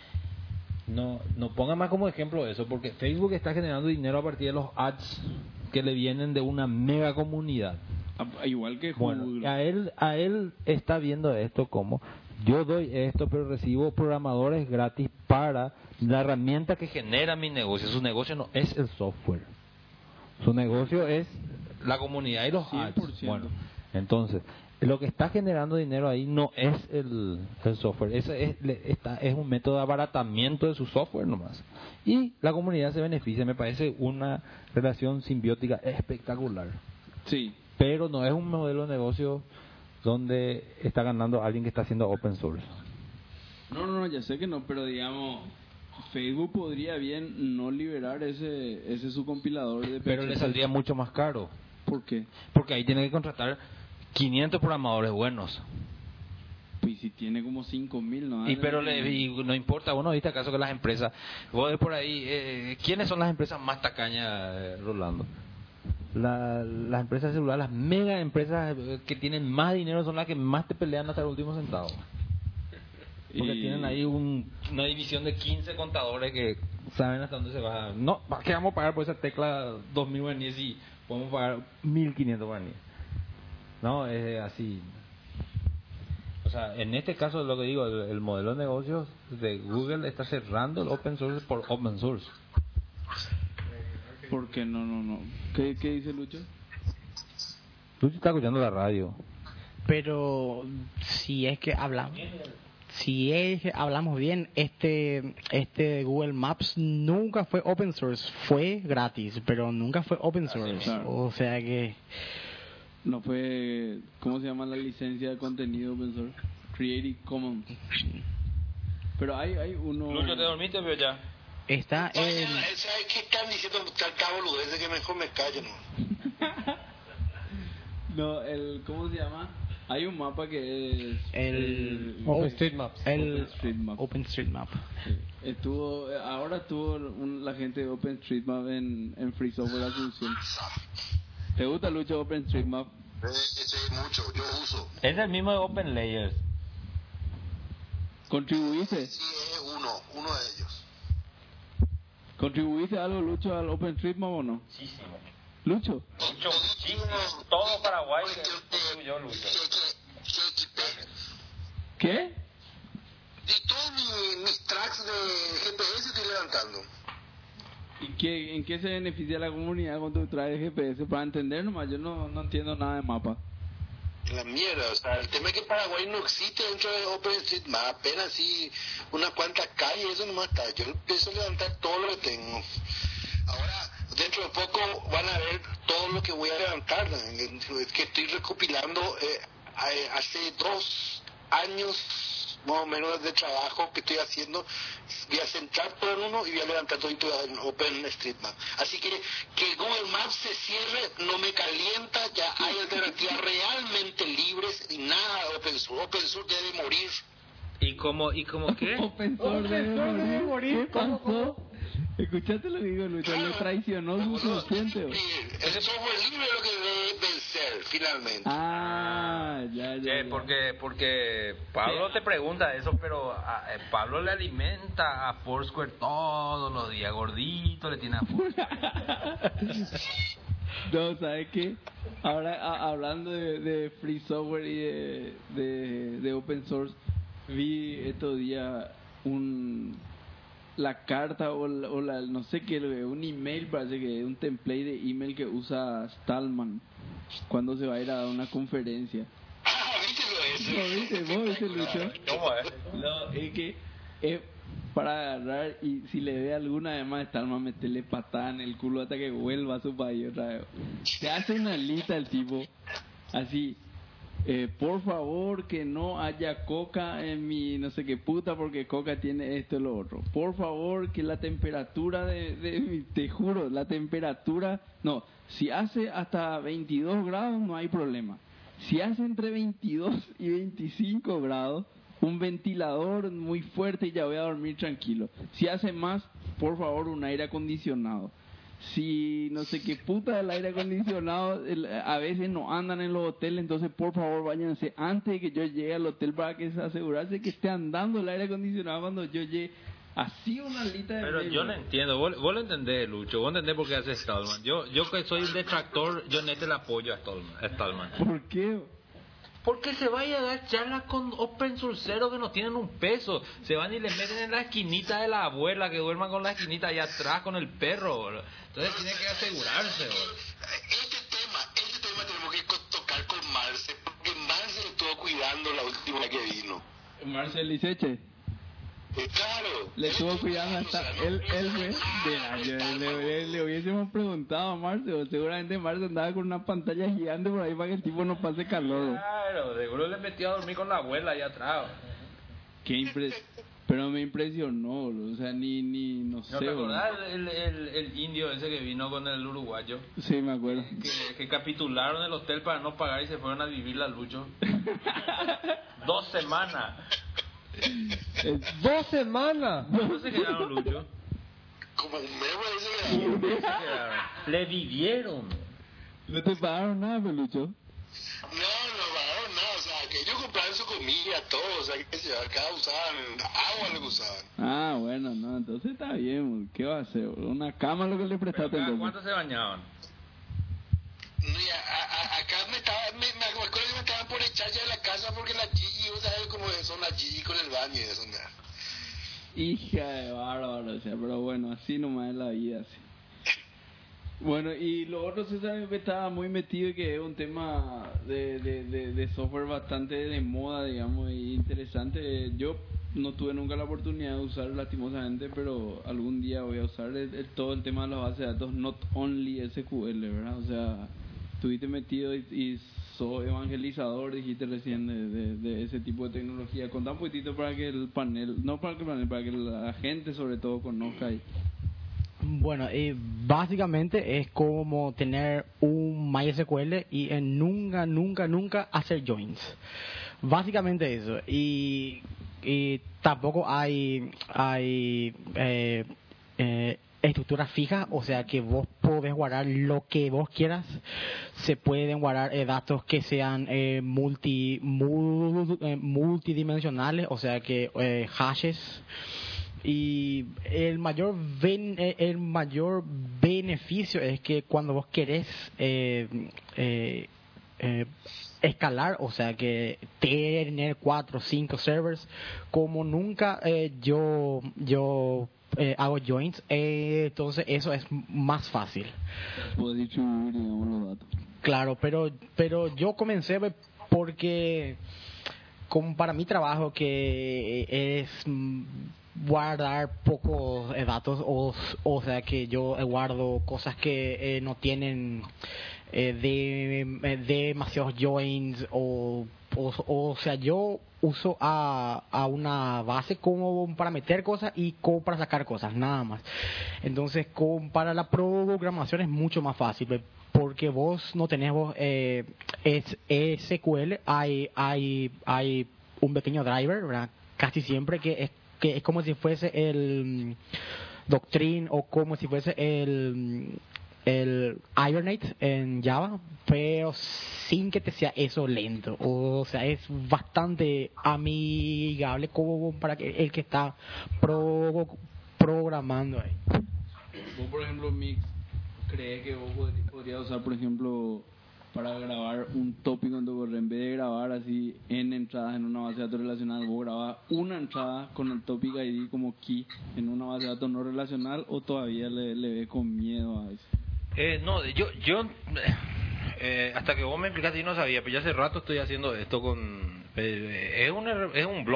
No, no ponga más como ejemplo eso, porque Facebook está generando dinero a partir de los ads que le vienen de una mega comunidad. Ah, igual que Bueno, Google. a él, a él está viendo esto como yo doy esto, pero recibo programadores gratis para la herramienta que genera mi negocio. Su negocio no es el software. Su negocio es la comunidad y los ads. cien por ciento. Bueno, entonces, lo que está generando dinero ahí no es el, el software. Ese es, le- está, es un método de abaratamiento de su software nomás. Y la comunidad se beneficia. Me parece una relación simbiótica espectacular. Sí. Pero no es un modelo de negocio donde está ganando alguien que está haciendo open source. No, no, no, ya sé que no, pero digamos, Facebook podría bien no liberar ese ese su compilador de P H P. Pero le saldría mucho más caro. ¿Por qué? Porque ahí tiene que contratar quinientos programadores buenos. Pues si tiene como cinco mil, ¿no? Y pero le, y no importa, bueno, viste acaso que las empresas, vos ves por ahí, eh, ¿quiénes son las empresas más tacañas, eh, Rolando? La, las empresas de celular, las mega empresas eh, que tienen más dinero son las que más te pelean hasta el último centavo. Porque Y- tienen ahí un, una división de quince contadores que saben hasta dónde se va. No, ¿para qué vamos a pagar por esa tecla dos mil guaraníes y podemos pagar mil quinientos guaraníes? No, es así. O sea, en este caso, lo que digo, el, el modelo de negocios de Google está cerrando el open source por open source. ¿Por qué no, no, no? ¿Qué, qué dice Lucho? Tú estás escuchando la radio. Pero si es que hablamos, si es que hablamos bien, este este Google Maps nunca fue open source, fue gratis, pero nunca fue open source. claro. O sea que No fue, ¿cómo se llama la licencia de contenido open source? Creative Commons. Pero hay hay uno. Lucho, ¿te dormiste, pero ya? está en ¿Sabes qué están diciendo tanta boludez de que mejor me callo, no? No, el, ¿cómo se llama? Hay un mapa que es el OpenStreetMaps. el OpenStreetMap. OpenStreetMap. Estuvo, ahora estuvo un- la gente de OpenStreetMap en, en Free Software Asunción. ¿Te gusta, Lucho, OpenStreetMap? Eh, Ese es mucho, yo uso. Es el mismo de Open Layers. ¿Contribuiste? Sí, es uno, uno de ellos. ¿Contribuiste algo, Lucho, al OpenStreetMap o no? Muchísimo. Lucho, Mucho, muchísimo. Todo Paraguay que contribuyó Lucho. G X P. ¿qué? Y todos mi- mis tracks de G P S estoy levantando. ¿Y qué, en qué se beneficia la comunidad cuando trae G P S? Para entender nomás, yo no, no entiendo nada de mapa. La mierda, o sea, el tema es que Paraguay no existe dentro de OpenStreetMap, apenas así unas cuantas calles, eso nomás está. Yo empiezo a levantar todo lo que tengo. Ahora, dentro de poco van a ver todo lo que voy a levantar. ¿no? Es que estoy recopilando eh, a- hace dos años más o menos de trabajo que estoy haciendo. Voy a centrar todo en uno y voy a levantar todo en OpenStreetMap. Así que que Google Maps se cierre no me calienta, ya hay alternativas realmente libres y nada de Open Source. Open Source debe morir. ¿Y cómo, y cómo qué? Open source debe morir. ¿Qué pasó? Escuchaste lo que digo, Lucho, le traicionó su subconsciente. ¿o? El software libre es lo que debe vencer finalmente. Ah, ya, ya. Eh, ya. porque porque Pablo te pregunta eso, pero a, eh, Pablo le alimenta a Foursquare todos los días, gordito le tiene a Foursquare. No, ¿sabes qué? Ahora, a- hablando de, de free software y de, de, de open source, vi estos días un la carta o la, o la- no sé qué, un email, parece que es un template de email que usa Stallman cuando se va a ir a dar una conferencia. Ah, ¿viste lo de eso? ¿Lo viste? ¿Vos viste, Lucho? ¿Cómo es? No, es que es para agarrar y si le ve alguna además está más meterle patada en el culo hasta que vuelva a su país otra vez. Se hace una lista el tipo así, eh, por favor que no haya coca en mi no sé qué puta porque coca tiene esto y lo otro. Por favor que la temperatura de, de mi, te juro, la temperatura, no, si hace hasta veintidós grados no hay problema. Si hace entre veintidós y veinticinco grados, un ventilador muy fuerte y ya voy a dormir tranquilo. Si hace más, por favor, un aire acondicionado. Si no sé qué puta el aire acondicionado, el, a veces no andan en los hoteles, entonces por favor váyanse antes de que yo llegue al hotel para que se asegurarse que esté andando el aire acondicionado cuando yo llegue. Así una lista de... Pero medio. Yo no entiendo, vos, vos lo entendés, Lucho, vos entendés por qué hace Stallman. Yo, yo que soy un detractor, yo neta le apoyo a Stallman. A Stallman. ¿Por qué? Porque se vaya a dar charlas con open sourceros que no tienen un peso. Se van y le meten en la esquinita de la abuela, que duerman con la esquinita allá atrás con el perro, bro. Entonces tiene que asegurarse, bro. Este tema, este tema tenemos que co- tocar con Marce, porque Marce lo estuvo cuidando la última vez que vino. Marcel Liceche. Eh, claro. Le estuvo cuidando hasta él, él fue de año. Le, le, le hubiésemos preguntado a Marce, seguramente Marce andaba con una pantalla gigante por ahí para que el tipo no pase calor. Claro, seguro le metió a dormir con la abuela allá atrás. Qué impre... Pero me impresionó, o sea, ni, ni, no sé. ¿No te acordás el, el, el indio ese que vino con el uruguayo? Sí, me acuerdo. Que, que capitularon el hotel para no pagar y se fueron a vivir la Lucho. Dos semanas. ¡Dos semanas! ¿Cómo se quedaron, Lucho? Como un mes parece que Le vivieron. ¿No te pagaron nada, Pelucho? No, no pagaron nada, o sea, que ellos compraron su comida, todo, o sea, que se cada usaban agua lo que usaban. Ah, bueno, no, entonces está bien, ¿qué va a hacer? Una cama lo que le prestaste. ¿Pero cada entonces. cuánto se bañaban? No, y a, a, acá me estaba, me, me acuerdo que me estaban por echar ya de la casa porque la Gigi, vos sabés cómo son las Gigi con el baño y eso, ¿no? Hija de bárbaro, o sea, pero bueno, así nomás es la vida, así. Bueno, y lo otro, César, que estaba muy metido, que es un tema de, de, de, de software bastante de moda, digamos, y interesante. Yo no tuve nunca la oportunidad de usar lastimosamente, pero algún día voy a usar el, el, todo el tema de las bases de datos, not only S Q L, ¿verdad? O sea, estuviste metido y, y sos evangelizador, dijiste recién, de, de, de ese tipo de tecnología. Contá un poquitito para que el panel, no para que el panel, para que la gente sobre todo conozca y... Bueno, eh, básicamente es como tener un MySQL y en nunca, nunca, nunca hacer joins. Básicamente eso. Y, y tampoco hay, hay eh, eh, estructuras fijas, o sea que vos podés guardar lo que vos quieras. Se pueden guardar eh, datos que sean eh, multi, mul, eh, multidimensionales, o sea que eh, hashes. Y el mayor ben, el mayor beneficio es que cuando vos querés eh, eh, eh, escalar, o sea que tener cuatro o cinco servers, como nunca eh, yo yo eh, hago joins, eh, entonces eso es más fácil. Puedo distribuir, digamos, los datos. Claro, pero pero yo comencé porque como para mi trabajo que es guardar pocos eh, datos, o, o sea que yo eh, guardo cosas que eh, no tienen eh, de, eh, demasiados joins, o, o, o sea yo uso a, a una base como para meter cosas y como para sacar cosas, nada más. Entonces como para la programación es mucho más fácil, porque vos no tenés vos eh, es, S Q L, hay, hay, hay un pequeño driver, ¿verdad? Casi siempre que es que es como si fuese el Doctrine o como si fuese el el Hibernate en Java, pero sin que te sea eso lento, o sea es bastante amigable como para que el que está pro, programando ahí. Vos, por ejemplo, Mix, ¿crees que vos podrías usar, por ejemplo, para grabar un tópico en tu correo, en vez de grabar así en entradas en una base de datos relacional, vos grabás una entrada con el topic I D como key en una base de datos no relacional, o todavía le, le ves con miedo a eso? Eh, no, yo, yo eh, hasta que vos me explicaste yo no sabía, pero ya hace rato estoy haciendo esto con... Eh, es, un, es un blob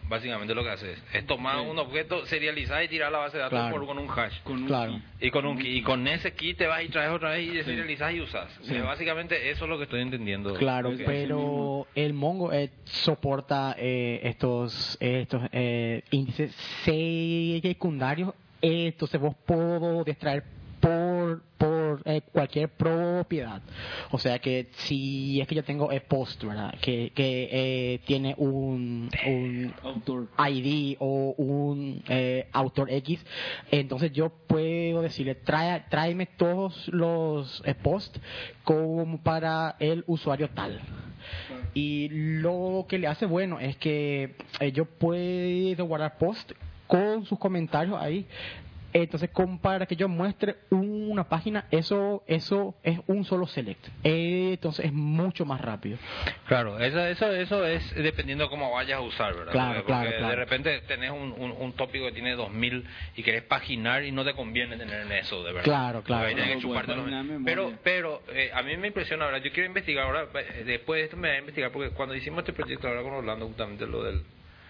básicamente lo que haces. Es tomar un objeto, serializar y tirar a la base de datos Claro. por, con un hash. Con un Claro. key. Y con un key, y con ese key te vas y traes otra vez y deserializas y usas. Sí. Eh, básicamente eso es lo que estoy entendiendo. Claro, Es así pero mismo. el Mongo eh, soporta eh, estos estos eh, índices secundarios, eh, entonces vos podés traer por por eh, cualquier propiedad. O sea que si es que yo tengo el post, ¿verdad? Que, que eh, tiene un, un Autor. I D o un eh, autor X, entonces yo puedo decirle, trae, tráeme todos los eh, posts como para el usuario tal. Y lo que le hace bueno es que eh, yo puedo guardar post con sus comentarios ahí. Entonces, como para que yo muestre una página, eso eso es un solo select. Eh, entonces es mucho más rápido. Claro, eso, eso, eso es dependiendo de cómo vayas a usar, ¿verdad? Claro, Porque, claro, porque claro. de repente tenés un, un, un tópico que tiene dos mil y querés paginar y no te conviene tener en eso, de verdad. Claro, claro. Porque ahí tenés que No, chuparte pues, los- paginar memoria. Pero, pero eh, a mí me impresiona, ¿verdad? Yo quiero investigar ahora, eh, después de esto me voy a investigar, porque cuando hicimos este proyecto ahora con Orlando, justamente lo del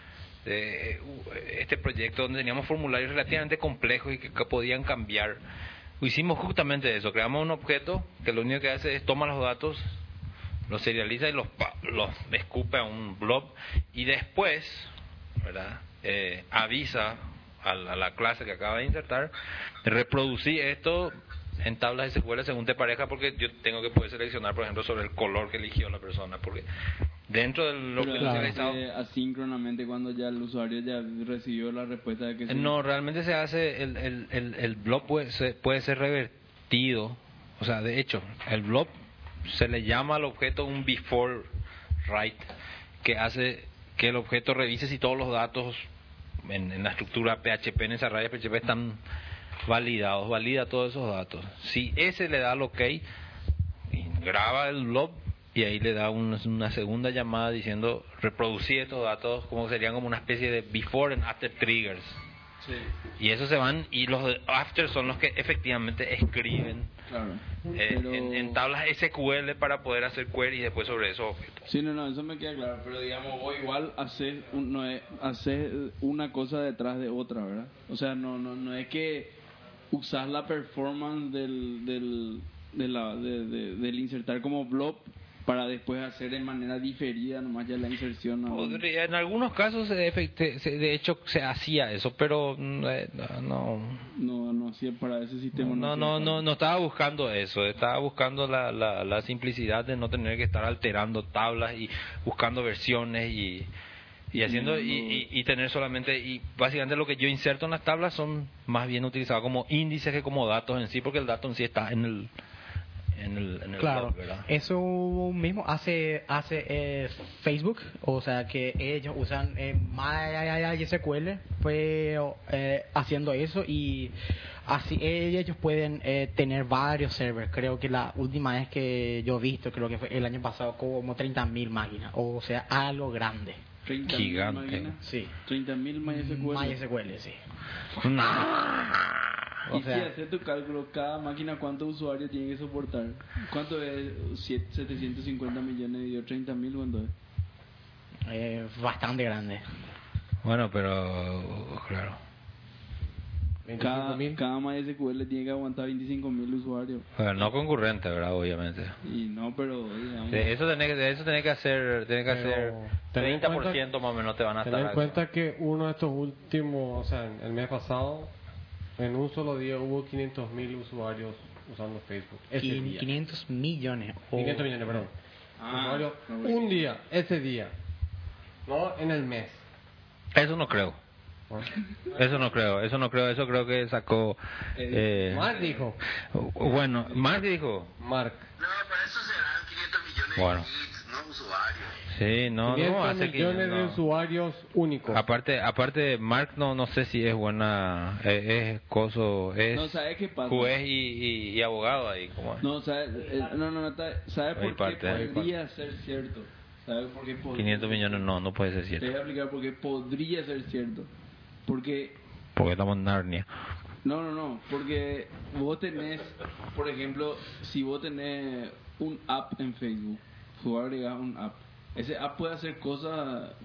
de este proyecto donde teníamos formularios relativamente complejos y que, que podían cambiar. Hicimos justamente eso, creamos un objeto que lo único que hace es toma los datos, los serializa y los, pa- los escupe a un blob y después, ¿verdad? Eh, avisa a la, a la clase que acaba de insertar, reproducir esto en tablas S Q L según te parezca, porque yo tengo que poder seleccionar, por ejemplo, sobre el color que eligió la persona, porque dentro del Pero objeto Claro. serializado hace asíncronamente cuando ya el usuario ya recibió la respuesta de que sí. no, realmente se hace, el, el, el, el blob puede ser, puede ser revertido, o sea, de hecho, el blob se le llama al objeto un before write, que hace que el objeto revise si todos los datos en, en la estructura P H P, en esa raya P H P están validados, valida todos esos datos. Si ese le da el ok, graba el blob y ahí le da un- una segunda llamada diciendo reproducir estos datos como que serían como una especie de before and after triggers. Sí, Y esos se van, y los de after son los que efectivamente escriben claro. eh, Pero- en, en tablas S Q L para poder hacer queries después sobre esos objetos. Sí, no, no, eso me queda claro, pero digamos, vos igual haces, un, no es, haces una cosa detrás de otra, ¿verdad? O sea, no no no es que usas la performance del del de la, de, de- del insertar como blob para después hacer de manera diferida nomás ya la inserción. a un- Podría- en algunos casos se efecte- se- de hecho se hacía eso, pero mm, eh, no No, no hacía para ese sistema. no hacía no falta. no no estaba buscando eso, estaba buscando la, la, la simplicidad de no tener que estar alterando tablas y buscando versiones y y haciendo y, y, y tener solamente, y básicamente lo que yo inserto en las tablas son más bien utilizados como índices que como datos en sí, porque el dato en sí está en el en el, en el Claro, blog, ¿verdad? eso mismo hace hace eh, Facebook, o sea que ellos usan eh, MySQL, pero eh, haciendo eso y así ellos pueden eh, tener varios servers. Creo que la última vez que yo he visto, creo que fue el año pasado, como treinta mil máquinas, o sea, algo grande. treinta Gigante. mil máquinas. Sí. treinta mil MySQL. MySQL, sí. Y O sea- si haces tu cálculo, cada máquina, ¿cuántos usuarios tiene que soportar? ¿Cuánto es? Siete- setecientos cincuenta millones y treinta mil, ¿cuánto es? Eh, bastante grande. Bueno, pero claro. Cada, veinticinco mil. cada MySQL tiene que aguantar veinticinco mil usuarios. Bueno, no concurrente, ¿verdad? Obviamente. Y no, pero digamos... De eso tenés que, de eso tenés que hacer, tenés que Pero hacer ten en treinta por ciento cuenta- más o menos te van a Ten estar. en cuenta que uno de estos últimos, o sea, en el mes pasado, en un solo día hubo quinientos mil usuarios usando Facebook. Ese Y día. quinientos millones. o- quinientos millones, perdón. Ah, Usuarios, no, bueno. un día, ese día. No en el mes. Eso no creo. ¿no? Eso no creo, eso no creo, eso creo que sacó. Eh, Mark dijo. bueno, Mark dijo. Mark. No, para eso serán quinientos millones Bueno. de hits, no usuarios. Sí, no, no, quinientos hace que. millones de no. usuarios únicos. Aparte, aparte, Mark no, no sé si es buena, es, es coso, es No, ¿sabes qué pasa? juez y, y, y abogado ahí, como. No, ¿sabes? Eh, no, no, no, ta- ¿sabes Ahí por parte, qué ahí podría ser cierto? ¿Sabes por qué podría quinientos ser millones no, no puede ser cierto? Te cierto. voy a explicar por qué podría ser cierto. Porque Porque estamos en Narnia. No, no, no, porque vos tenés, por ejemplo, si vos tenés un app en Facebook, vos agregás un app, ese app puede hacer cosas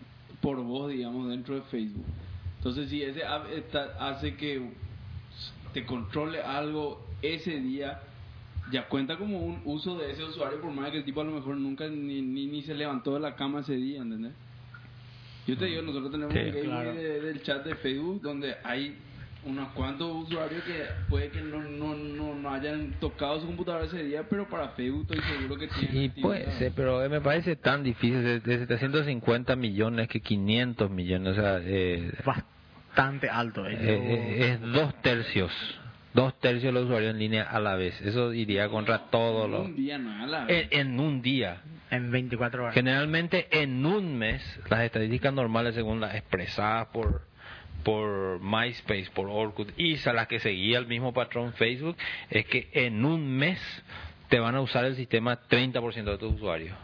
por vos, digamos, dentro de Facebook. Entonces, si ese app está, hace que te controle algo ese día, ya cuenta como un uso de ese usuario, por más que el tipo a lo mejor nunca ni, ni, ni se levantó de la cama ese día, ¿entendés? Yo te digo, nosotros tenemos Sí, un gateway claro. de, del chat de Facebook donde hay unos cuantos usuarios que puede que no, no, no, no hayan tocado su computadora ese día, pero para Facebook estoy seguro que tienen Y actividad. puede ser, pero me parece tan difícil, de, de setecientos cincuenta millones que quinientos millones, o sea, eh, Bastante alto. eh. eh, eh, es dos tercios, dos tercios de los usuarios en línea a la vez. Eso iría contra todos los... Un día no, a la En, vez. en un día. En veinticuatro horas. Generalmente en un mes, las estadísticas normales según las expresadas por por MySpace, por Orkut y a las que seguía el mismo patrón Facebook, es que en un mes te van a usar el sistema treinta por ciento de tus usuarios.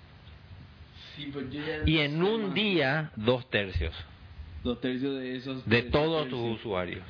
Sí, pues yo ya Y no en sé un más. día, dos tercios Dos tercios de esos. de esos todos tercios. tus usuarios.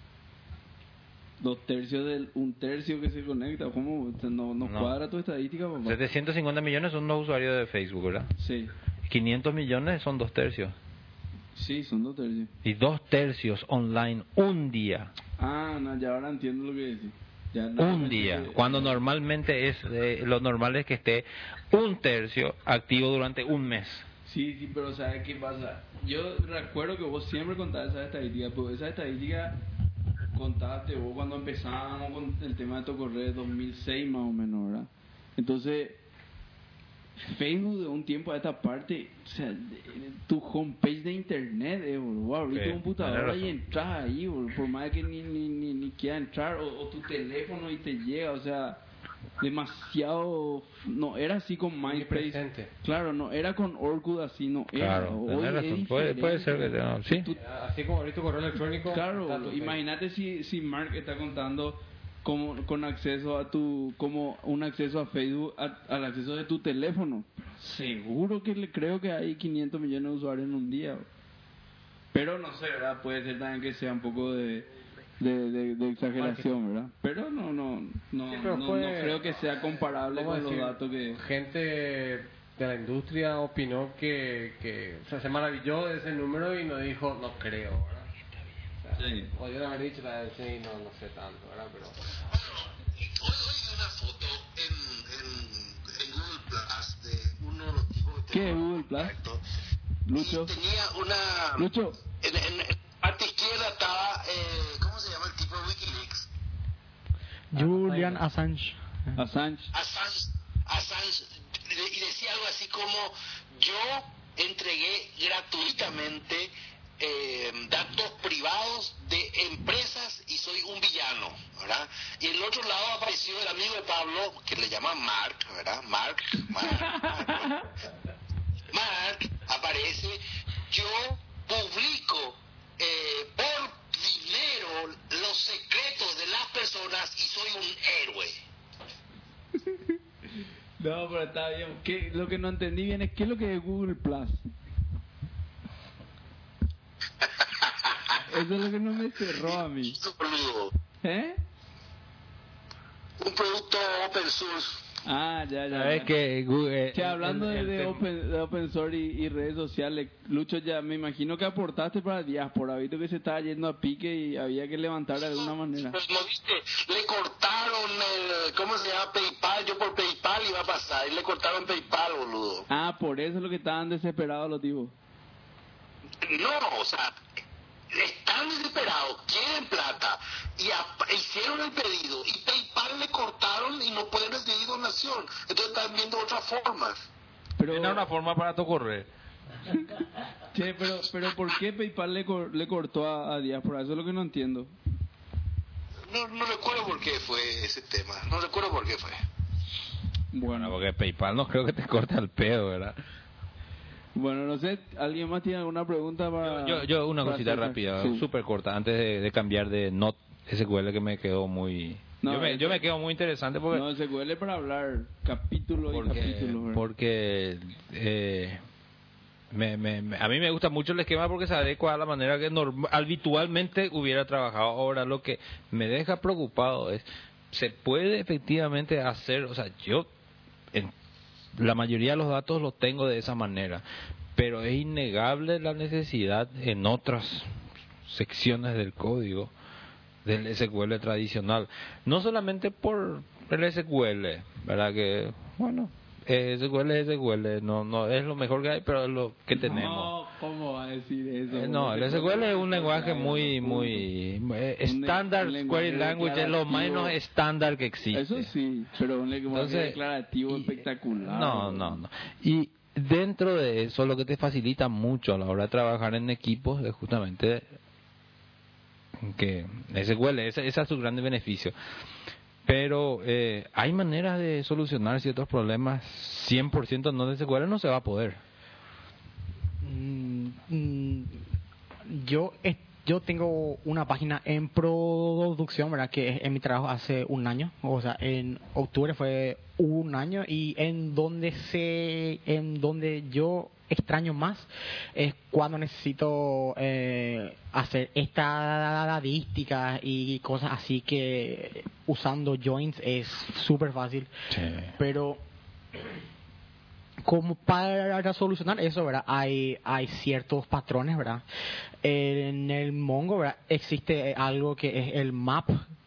Dos tercios del un tercio que se conecta. ¿Cómo? No, no, No. cuadra tu estadística, papá. setecientos cincuenta millones son los usuarios de Facebook, ¿verdad? Sí, quinientos millones son dos tercios. sí, son dos tercios. Y dos tercios online un día. Ah, no, ya ahora entiendo lo que decís. Ya no, Un pensé día, que- cuando normalmente es, eh, lo normal es que esté un tercio activo durante un mes. Sí, sí, pero ¿sabes qué pasa? Yo recuerdo que vos siempre contabas esa estadística, pero esa estadística contaste vos cuando empezábamos con el tema de Tocorred dos mil seis más o menos, ¿verdad? Entonces, Facebook de un tiempo a esta parte, o sea, de- de- tu homepage de internet, eh, bro, vos abrís Sí, tu computadora tenés y razón. entras ahí, bro, por más que ni, ni, ni, ni quiera entrar, o, o tu teléfono y te llega, o sea, demasiado, no, era así con MySpace, presente. claro, no, era con Orkut así, no era, Claro, hoy tenés es razón. Puede, puede ser que diferente. no, sí. Tú- Así como ahorita tu correo electrónico. Claro, está tu Facebook. imagínate si, si Mark está contando como con acceso a tu, como un acceso a Facebook, a- al acceso de tu teléfono. Seguro que le creo que hay quinientos millones de usuarios en un día. Pero no sé, ¿verdad? Puede ser también que sea un poco de, de, de, de exageración, ¿verdad? Pero no, no, no, Sí, pero no, fue- no creo que sea comparable ¿Cómo con los decir? datos que... Gente de la industria opinó que, que o sea, se maravilló de ese número y no dijo, no creo, ¿verdad? O sea, Sí. podrían haber dicho, la sí, no, no sé tanto, ¿verdad? Pero Hoy, hoy vi una foto en, en, en Google Plus de uno de los tipos que ¿Qué tengo es Google Plus? contacto. Lucho, Y tenía una... Lucho, En, en, en parte izquierda estaba, eh, ¿cómo se llama el tipo de Wikileaks? Julian Assange. Assange. Assange, Assange, y decía algo así como, yo entregué gratuitamente eh, datos privados de empresas y soy un villano, ¿verdad? Y en el otro lado apareció el amigo de Pablo, que le llaman Mark, ¿verdad? Mark, Mark, Mark aparece, yo publico eh, por dinero los secretos de las personas y soy un héroe. No, pero está bien. ¿Qué, lo que no entendí bien es qué es lo que es Google Plus. Eso es lo que no me cerró a mí. Eso, boludo. ¿Eh? Un producto open source. Ah, ya, ya. ¿Sabes ya. que Google, eh, Che, hablando el- de, el de, tem- open, de open source y, y redes sociales, Lucho, ya me imagino que aportaste para diáspora. Visto que se estaba yendo a pique y había que levantar de alguna manera. Pues, ¿no viste? Le cortaron el, ¿cómo se llama? PayPal. Yo por PayPal iba a pasar y le cortaron PayPal, boludo. Ah, por eso es lo que estaban desesperados los tipos. No, o sea, están desesperados, quieren plata y a- hicieron el pedido y PayPal le cortaron y no pueden recibir donación. Entonces están viendo otras formas. Pero, Era una forma para tu correo. che, pero, pero ¿por qué PayPal le, cor- le cortó a, a diáspora? Eso es lo que no entiendo. No, no recuerdo por qué fue ese tema. No recuerdo por qué fue. Bueno, Bueno, porque PayPal no creo que te corte al pedo, ¿verdad? bueno, no sé, ¿alguien más tiene alguna pregunta para...? Yo, yo una para cosita César? rápida, Sí. súper corta, antes de, de cambiar de Not S Q L que me quedó muy... No, yo, me, ese- yo me quedo muy interesante porque... No, se huele para hablar capítulo y porque, capítulo. ¿verdad? porque eh, me, me, me- a mí me gusta mucho el esquema porque se adecua a la manera que norm- habitualmente hubiera trabajado. Ahora lo que me deja preocupado es, se puede efectivamente hacer, o sea, yo en la mayoría de los datos los tengo de esa manera, pero es innegable la necesidad en otras secciones del código del S Q L tradicional, no solamente por el S Q L, ¿verdad? Que, bueno, eh, S Q L es S Q L, no, no es lo mejor que hay, pero es lo que tenemos. No, ¿cómo va a decir eso? Eh, no, el S Q L es un lenguaje muy, muy eh, estándar. Query language es lo menos estándar que existe. Eso sí, pero un lenguaje Entonces, declarativo y- espectacular. No, no, no. Y dentro de eso, lo que te facilita mucho a la hora de trabajar en equipos es justamente que S Q L, ese, ese es su gran beneficio. Pero eh, hay maneras de solucionar ciertos problemas cien por ciento no de S Q L, no se va a poder. Mm, mm, yo es- yo tengo una página en producción, ¿verdad? Que es en mi trabajo hace un año, o sea, en octubre fue un año, y en donde se, en donde yo extraño más es cuando necesito eh, hacer estadísticas y cosas así, que usando joins es súper fácil, pero como para solucionar eso, ¿verdad? Hay, hay ciertos patrones, ¿verdad? En el Mongo, ¿verdad? Existe algo que es el map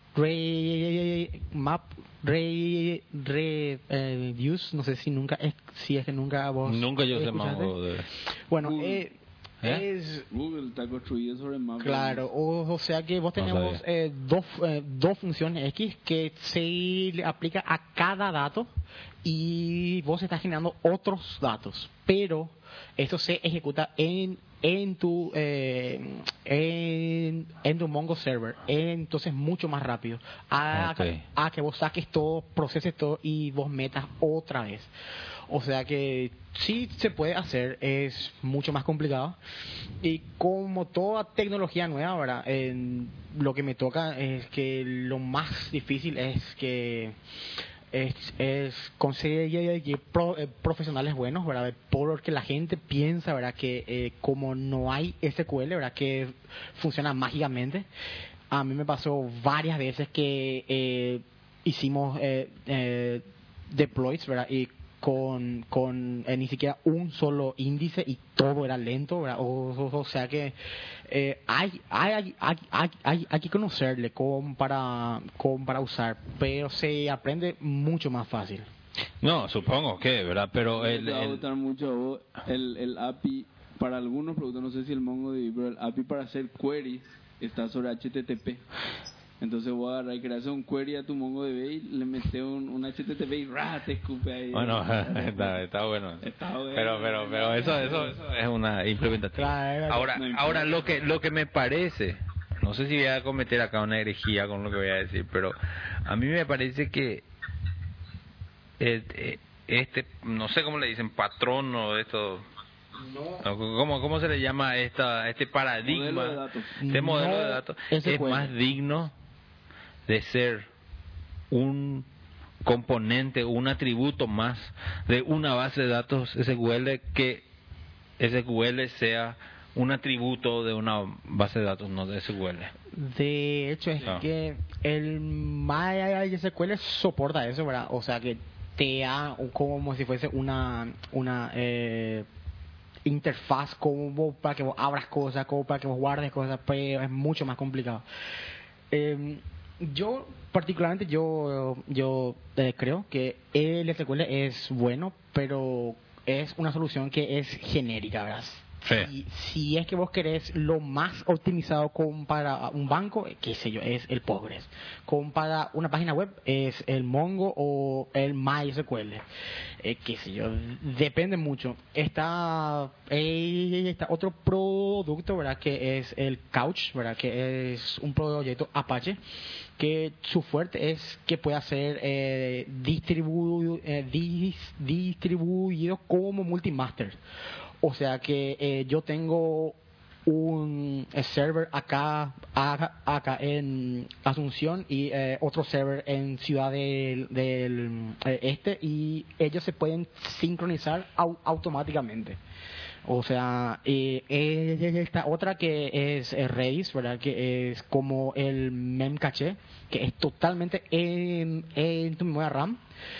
re, map re, re eh, use, no sé si nunca es, si es que nunca vos Nunca yo sé escuchaste. más de... Bueno, Google. eh, ¿Eh? es Google está construido sobre mapas. claro, o, o sea que vos No tenemos sabía. eh, dos, eh, dos funciones X que se le aplica a cada dato, y vos estás generando otros datos, pero esto se ejecuta en en tu eh, en, en tu Mongo server, entonces mucho más rápido a, Ok. a que vos saques todo, proceses todo y vos metas otra vez. O sea que sí se puede hacer, es mucho más complicado, y como toda tecnología nueva, ¿verdad? En lo que me toca es que lo más difícil es que es, es conseguir pro- eh, profesionales buenos, ¿verdad? Porque la gente piensa, ¿verdad? Que eh, como no hay S Q L, ¿verdad? Que funciona mágicamente. A mí me pasó varias veces que eh, hicimos eh, eh, deploys, ¿verdad? Y con, con eh, ni siquiera un solo índice y todo era lento, ¿verdad? O, o, o sea que eh, hay, hay, hay, hay, hay, hay que conocerle como para, como para usar, pero se aprende mucho más fácil. No, supongo que, ¿verdad? Pero el, Te va a el- gustar mucho a vos el, el A P I para algunos productos, no sé si el MongoDB, pero el A P I para hacer queries está sobre H T T P. Entonces voy a agarrar y crear un query a tu MongoDB y le metes un, un H T T P y ¡ra! Te escupe ahí. bueno, está, está bueno. Está bueno. Pero, pero, pero eso, eso, eso es una implementación. Claro. Ahora, No importa. ahora lo que, lo que me parece, no sé si voy a cometer acá una herejía con lo que voy a decir, pero a mí me parece que eh, eh, este, no sé cómo le dicen, patrón o esto, no, ¿cómo, cómo se le llama esta, este paradigma, Modelo de datos. este modelo No de datos, S es Q L. más digno de ser un componente, un atributo más de una base de datos S Q L que S Q L sea un atributo de una base de datos no de S Q L. De hecho, es Ah. que el MySQL soporta eso, ¿verdad? O sea que te da como si fuese una una eh, interfaz como para que vos abras cosas, como para que vos guardes cosas, pero es mucho más complicado. Eh, yo particularmente yo yo eh, creo que el S Q L es bueno, pero es una solución que es genérica, ¿verdad? Sí. Si, si es que vos querés lo más optimizado como para un banco, eh, qué sé yo, es el Postgres. Como para una página web es el Mongo o el MySQL. Eh, qué sé yo, depende mucho. Está, eh, está otro producto, ¿verdad? Que es el Couch, ¿verdad? Que es un proyecto Apache, que su fuerte es que puede ser eh, distribu eh, dis- distribuido como multimaster. O sea que eh, yo tengo un eh, server acá, acá acá en Asunción y eh, otro server en Ciudad del, del eh, Este, y ellos se pueden sincronizar au- automáticamente. O sea, eh, eh, esta otra que es eh, Redis, ¿verdad? Que es como el Memcache, que es totalmente en, en tu memoria RAM.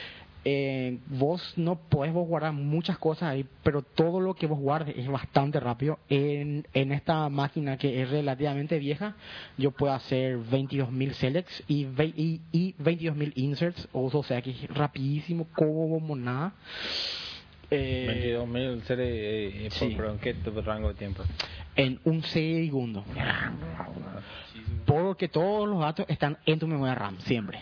eh, vos no podés vos guardar muchas cosas ahí, pero todo lo que vos guardes es bastante rápido. En, en esta máquina que es relativamente vieja, yo puedo hacer veintidós mil selects y, ve, y, y veintidós mil inserts, o, o sea que es rapidísimo como nada. Eh, veintidós mil series, eh, sí. por, ¿en qué rango de tiempo? En un segundo. Porque todos los datos están en tu memoria RAM, siempre.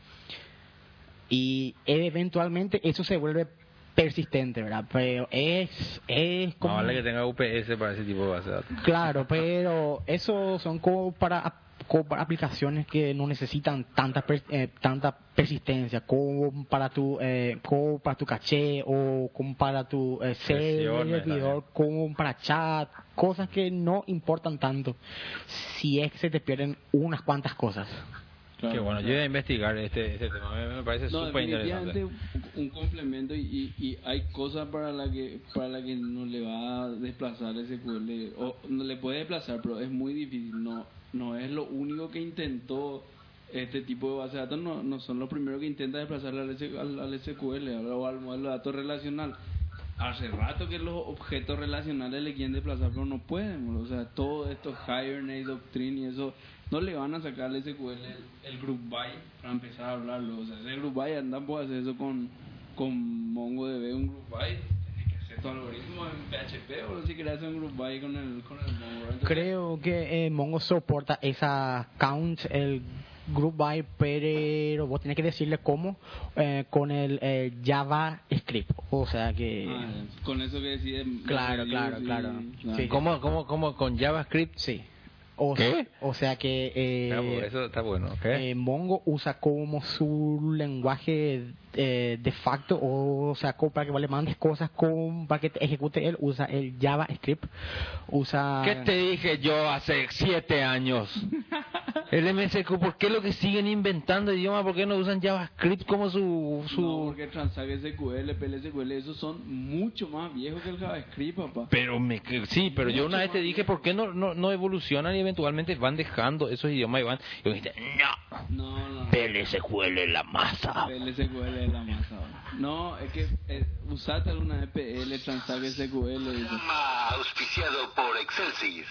Y eventualmente eso se vuelve persistente, ¿verdad? Pero es, es como... No vale que tenga U P S para ese tipo de base de datos. Claro, pero eso son como para, como para aplicaciones que no necesitan tanta per- eh, tanta persistencia, como para tu eh, como para tu caché o como para tu eh, Versiones, servidor, como para chat, cosas que no importan tanto si es que se te pierden unas cuantas cosas. Claro, Qué bueno, yo voy a investigar este, este tema, me, me parece No, súper interesante. definitivamente un complemento y, y, y hay cosas para la que para la que no le va a desplazar ese S Q L o no le puede desplazar, pero es muy difícil. No no es lo único que intentó este tipo de base de datos. No, no son los primeros que intentan desplazar al, al, al S Q L o al modelo de datos relacional. Hace rato que los objetos relacionales le quieren desplazar, pero no pueden. O sea, todo esto Hibernate Doctrine y eso no le van a sacar al S Q L el, el group by para empezar a hablarlo. O sea, ese group by andan puede hacer eso con, con MongoDB, un group by. Tienes que hacer tu algoritmo en P H P o si quieres hacer un group by con el, con el Mongo. Entonces, Creo que eh, Mongo soporta esa count, el group by, pero vos tenés que decirle cómo eh, con el eh, JavaScript. O sea que... ah, con eso que decide. Claro, claro, y- claro. ah, Sí. ¿Cómo, cómo, cómo con JavaScript? Sí. O, ¿Qué? O sea que eh, Ya, pues, eso está bueno, ¿ok? eh, Mongo usa como su lenguaje eh, de facto, o, o sea, como para que vos le mandes cosas, como para que te ejecute él, usa el JavaScript, usa... ¿Qué te dije yo hace siete años? El M S Q, ¿por qué lo que siguen inventando idiomas? ¿Por qué no usan JavaScript como su... su... No, porque Transact S Q L, P L S Q L, esos son mucho más viejos que el JavaScript, papá. Pero me, que- sí, pero yo una vez te dije, ¿por qué no, no, no evolucionan y eventualmente van dejando esos idiomas y van? Y vos dijiste, no, No, no, no. P L S Q L la masa. P L S Q L es la masa. ahora. No, es que eh, usaste alguna vez P L, Transact S Q L. dice. Programa auspiciado por Excelsis.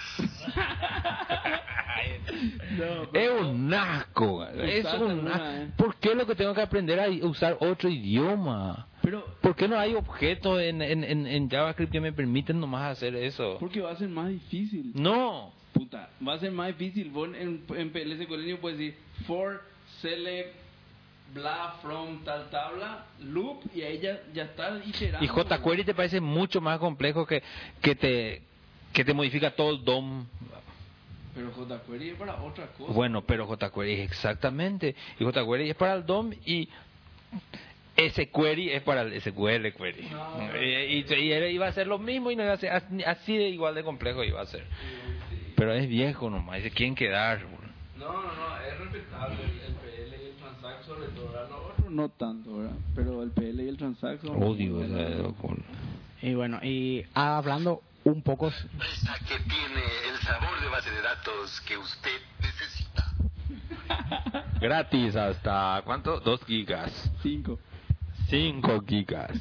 No, Es un asco, es Usaste un alguna asco. vez. ¿Por qué lo que tengo que aprender a usar otro idioma? Pero, ¿Por qué no hay objetos en, en, en, en JavaScript que me permiten nomás hacer eso? porque va a ser más difícil. No. Puta, va a ser más difícil. Vos en, en P L S Q L puedes decir for select bla from tal tabla loop y ahí ya, ya está iterando. Y jQuery te parece mucho más complejo que, que te que te modifica todo el D O M. Pero jQuery es para otra cosa. Bueno, pero jQuery es exactamente. Y jQuery es para el D O M y SQuery es para el S Q L query. No, y, y, y él iba a ser lo mismo y no iba a ser así- así de igual de complejo iba a ser. Pero es viejo nomás, se quieren quedar. No, no, no, es respetable el, el P L y el Transact sobre todo. ¿verdad? Lo otro no tanto, ¿verdad? Pero el P L y el Transact son... Odio esa- Y bueno, y hablando un poco... Esta que tiene el sabor de base de datos que usted necesita. Gratis hasta, ¿cuánto? Dos gigas. Cinco. Cinco gigas.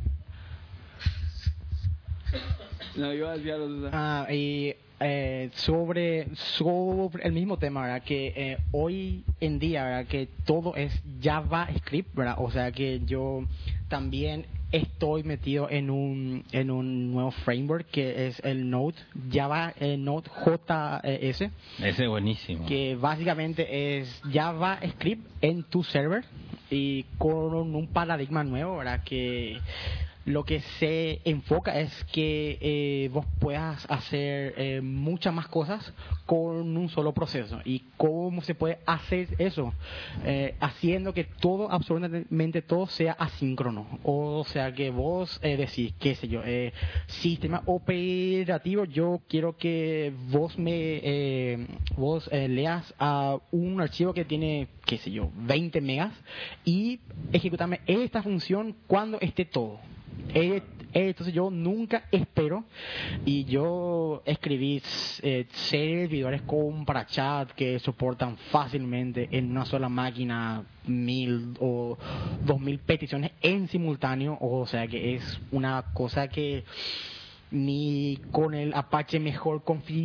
No, iba a decir algo, César. Ah, y eh, sobre, sobre el mismo tema, ¿verdad? Que eh, hoy en día, ¿verdad? Que todo es JavaScript, ¿verdad? O sea que yo también estoy metido en un en un nuevo framework que es el Node, Java eh, Node J S, Ese es buenísimo. que básicamente es JavaScript en tu server y con un paradigma nuevo, ¿verdad? Que lo que se enfoca es que eh, vos puedas hacer eh, muchas más cosas con un solo proceso. ¿Y cómo se puede hacer eso? Eh, haciendo que todo, absolutamente todo, sea asíncrono. O sea, que vos eh, decís, qué sé yo, eh, sistema operativo, yo quiero que vos me eh, vos eh, leas a un archivo que tiene, qué sé yo, veinte megas y ejecutame esta función cuando esté todo. Eh, Entonces yo nunca espero, y yo escribí eh, servidores con Parachat que soportan fácilmente en una sola máquina mil o dos mil peticiones en simultáneo, o sea que es una cosa que ni con el Apache mejor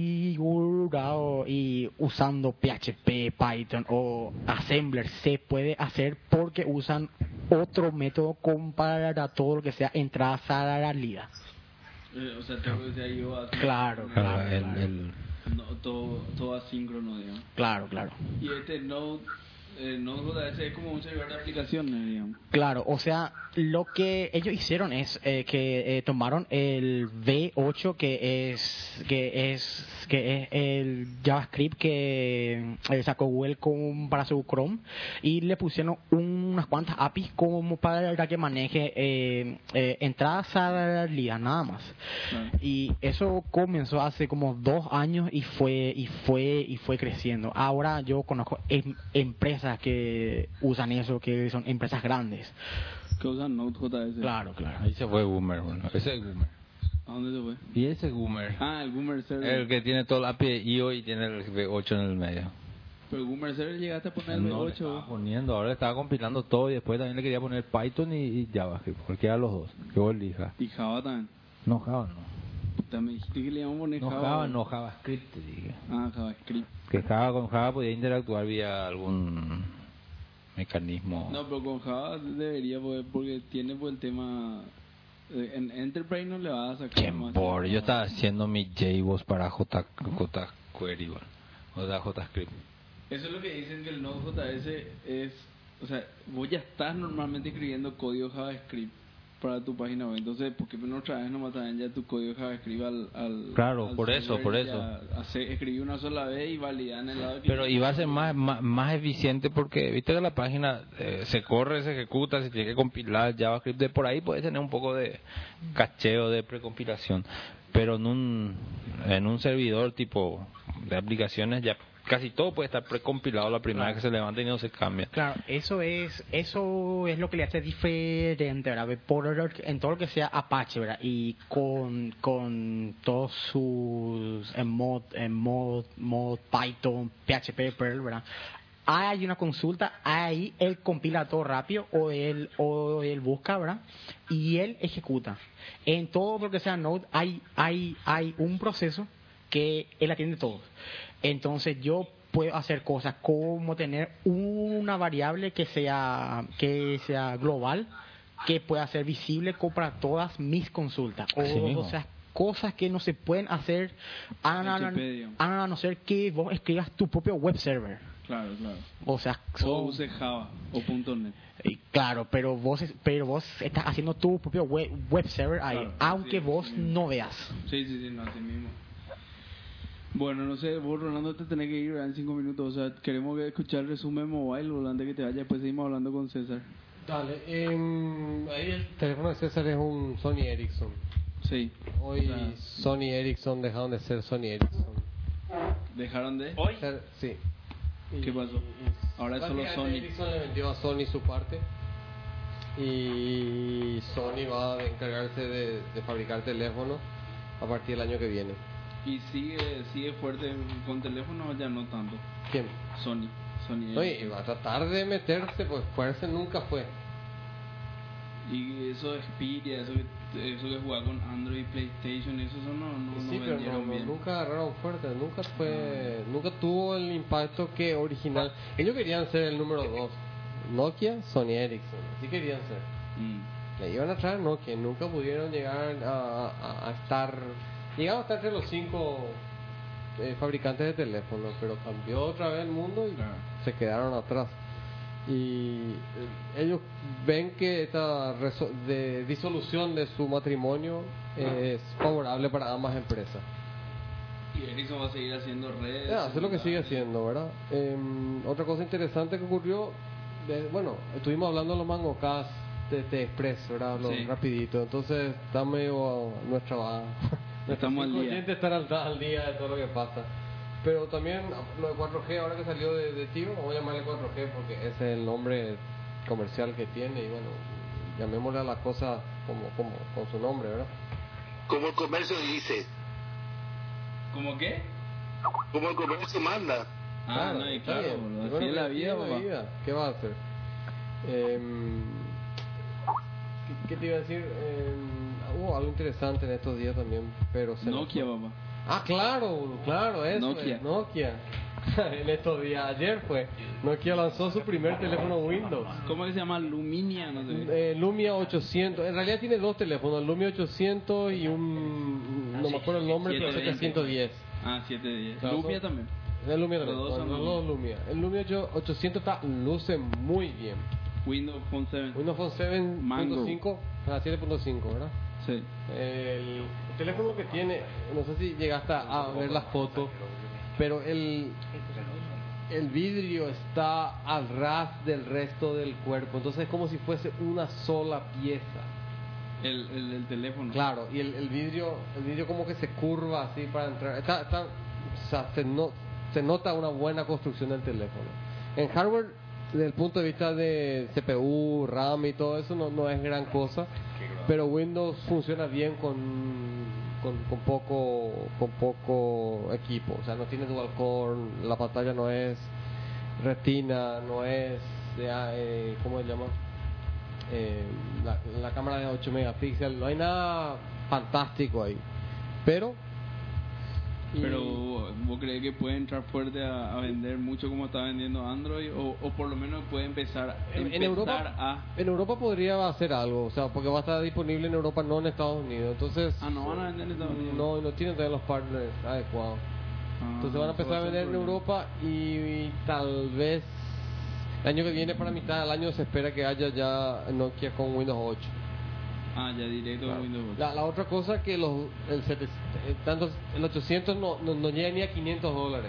configurado y usando P H P, Python o Assembler se puede hacer, porque usan otro método para todo lo que sea entrada salida. Eh, o sea, te decía yo así, Claro, no, claro, el, claro. el- no, todo, todo asíncrono, digamos. Claro, claro. Y este Node, eh, Node.js es como un servidor de aplicaciones, digamos. Claro, o sea, lo que ellos hicieron es eh, que eh, tomaron el V ocho, que es que es que es el JavaScript que eh, sacó Google con, para su Chrome, y le pusieron unas cuantas A P Is como para que maneje eh, eh, entradas salidas nada más. Claro. Y eso comenzó hace como dos años y fue y fue y fue creciendo. Ahora yo conozco em- empresas que usan eso, que son empresas grandes. Que usan Node.js. Claro, claro. Ahí se fue Boomer, bueno, ese es Boomer. ¿A dónde se fue? Y ese Boomer, Ah, el Boomer Server. el que tiene todo el A P I I O y tiene el V ocho en el medio. Pero el Boomer Server llegaste a poner el No, V le estaba ocho. poniendo, ahora le estaba compilando todo y después también le quería poner Python y, y JavaScript, porque eran los dos, que vos elijas. Y Java también. No Java, no. Puta, me dijiste que le íbamos a poner No Java. Java, no JavaScript, te dije. Ah, JavaScript. Que Java con Java podía interactuar vía algún mecanismo. No, pero con Java debería poder, porque tiene pues el tema... eh, En Enterprise no le vas a sacar más. Por, yo estaba haciendo mi J B O S para J, jQuery, bueno, o sea, JavaScript. Eso es lo que dicen, que el Node.js es... O sea, vos ya estás normalmente escribiendo código JavaScript para tu página web. Entonces, ¿por qué no traes nomás también ya tu código JavaScript al... al Claro, al por eso, server por y eso. ya hace- escribir una sola vez y validar en el lado que... Pero iba a ser más, más, más eficiente porque, viste que la página eh, se corre, se ejecuta, se tiene que compilar JavaScript, de por ahí puede tener un poco de cacheo de precompilación. Pero en un, en un servidor tipo de aplicaciones ya casi todo puede estar precompilado la primera Claro. vez que se levanta y no se cambia. Claro, eso es eso es lo que le hace diferente, ¿verdad? Por lo que- en todo lo que sea Apache, ¿verdad? Y con, con todos sus en mod, en mod, mod Python, P H P, Perl, ¿verdad? Hay una consulta, ahí él compila todo rápido, o él o él busca, ¿verdad? Y él ejecuta. En todo lo que sea Node hay hay hay un proceso que él atiende todo. Entonces yo puedo hacer cosas como tener una variable que sea que sea global, que pueda ser visible co- para todas mis consultas. O, Así mismo. o sea, cosas que no se pueden hacer a, a- H P, digamos. a no ser que vos escribas tu propio web server. Claro, claro. O sea, O son- use Java o punto .net. y claro, pero vos es- pero vos estás haciendo tu propio web, web server ahí, Claro, aunque sí, vos sí. no veas. Sí, sí, sí, no, así mismo. Bueno, no sé, vos Rolando te tenés que ir, ¿verdad? En cinco minutos. O sea, queremos que escuchar el resumen mobile, o antes que te vayas, después seguimos hablando con César. Dale, em, ahí el teléfono de César es un Sony Ericsson. Sí. Hoy O sea, Sony Ericsson dejaron de ser Sony Ericsson. ¿dejaron de? Hoy, Ser- sí. ¿Qué pasó? Ahora es solo Básicamente Sony. Ericsson le vendió a Sony su parte. Y Sony va a encargarse de, de fabricar teléfonos a partir del año que viene. ¿Y sigue sigue fuerte con teléfono o ya no tanto? ¿Quién? Sony. Sony. Oye, va a tratar de meterse, pues fuerza nunca fue. Y eso de Xperia, eso que, eso que jugaba con Android y PlayStation, eso, eso no, no, Sí, no pero no, vendieron no, bien. nunca agarraron fuerte, nunca fue, nunca tuvo el impacto que original. Ellos querían ser el número dos, Nokia, Sony Ericsson, así querían ser. Mm. Le iban a traer Nokia, nunca pudieron llegar a, a- a estar, llegaron a estar entre los cinco eh, fabricantes de teléfonos, pero cambió otra vez el mundo y Claro. se quedaron atrás. Y eh, ellos ven que esta reso- de disolución de su matrimonio eh, es favorable para ambas empresas. Y Ericsson va a seguir haciendo redes. Ya, eso es lo que sigue haciendo, ¿verdad? Em, otra cosa interesante que ocurrió, de- bueno, estuvimos hablando de los mangocas de, de Express, ¿verdad? Lo Sí. rapidito, entonces está medio nuestra va. Estamos al día. oyentes están al, al día de todo lo que pasa. Pero también lo de cuatro G, ahora que salió de, de Tigo, vamos a llamarle cuatro G porque ese es el nombre comercial que tiene y bueno, llamémosle a la cosa como, como con su nombre, ¿verdad? Como el comercio dice, ¿Cómo qué? como el comercio manda. Ah, no, y está claro, bien. boludo, Bueno, así es la así vida, es la papá. vida. ¿Qué va a hacer? Em, ¿qué, qué te iba a decir? Em, hubo algo interesante en estos días también, pero se nos Nokia, fue. papá. Ah, claro, claro, eso Nokia. es, Nokia. En estos días, ayer fue, Nokia lanzó su primer teléfono Windows. ¿Cómo que se llama? Luminia, no sé. Eh, Lumia ochocientos, en realidad tiene dos teléfonos, el Lumia ochocientos y un, no me acuerdo el nombre, pero setecientos diez. Ah, setecientos diez. Claro, Lumia son- también. El Lumia Los también, dos son los dos Lumia. El Lumia ocho- ochocientos está, luce muy bien. Windows Phone siete. Windows Phone siete punto Mango. cinco, ah, siete punto cinco, ¿verdad? Sí. El teléfono que tiene, no sé si llegaste a ver las fotos, pero el, el vidrio está al ras del resto del cuerpo, entonces es como si fuese una sola pieza. El, el, el teléfono. Claro, y el, el vidrio el vidrio como que se curva así para entrar. Está, está, o sea, se, no, se nota una buena construcción del teléfono. En hardware, desde el punto de vista de C P U, RAM y todo eso, no, no es gran cosa, pero Windows funciona bien con, con, con poco con poco equipo. O sea, no tiene dual core, la pantalla no es retina, no es, eh, ¿cómo se llama? Eh, la, la cámara de ocho megapíxeles, no hay nada fantástico ahí, pero y- Pero ¿vos crees que puede entrar fuerte a, a vender mucho como está vendiendo Android? O, o por lo menos puede empezar, en, empezar en Europa a... en Europa podría hacer algo, o sea, porque va a estar disponible en Europa, no en Estados Unidos, entonces Ah, no van a vender en Estados Unidos. no, no tienen todavía los partners adecuados. Ah, Entonces van a eso empezar a va ser vender en un problema. Europa y, y tal vez el año que viene, para mitad del año, se espera que haya ya Nokia con Windows ocho. Ah, ya directo Claro. con Windows ocho. La, la otra cosa que los el, sete- eh, tanto, el ochocientos no, no, no llega ni a quinientos dólares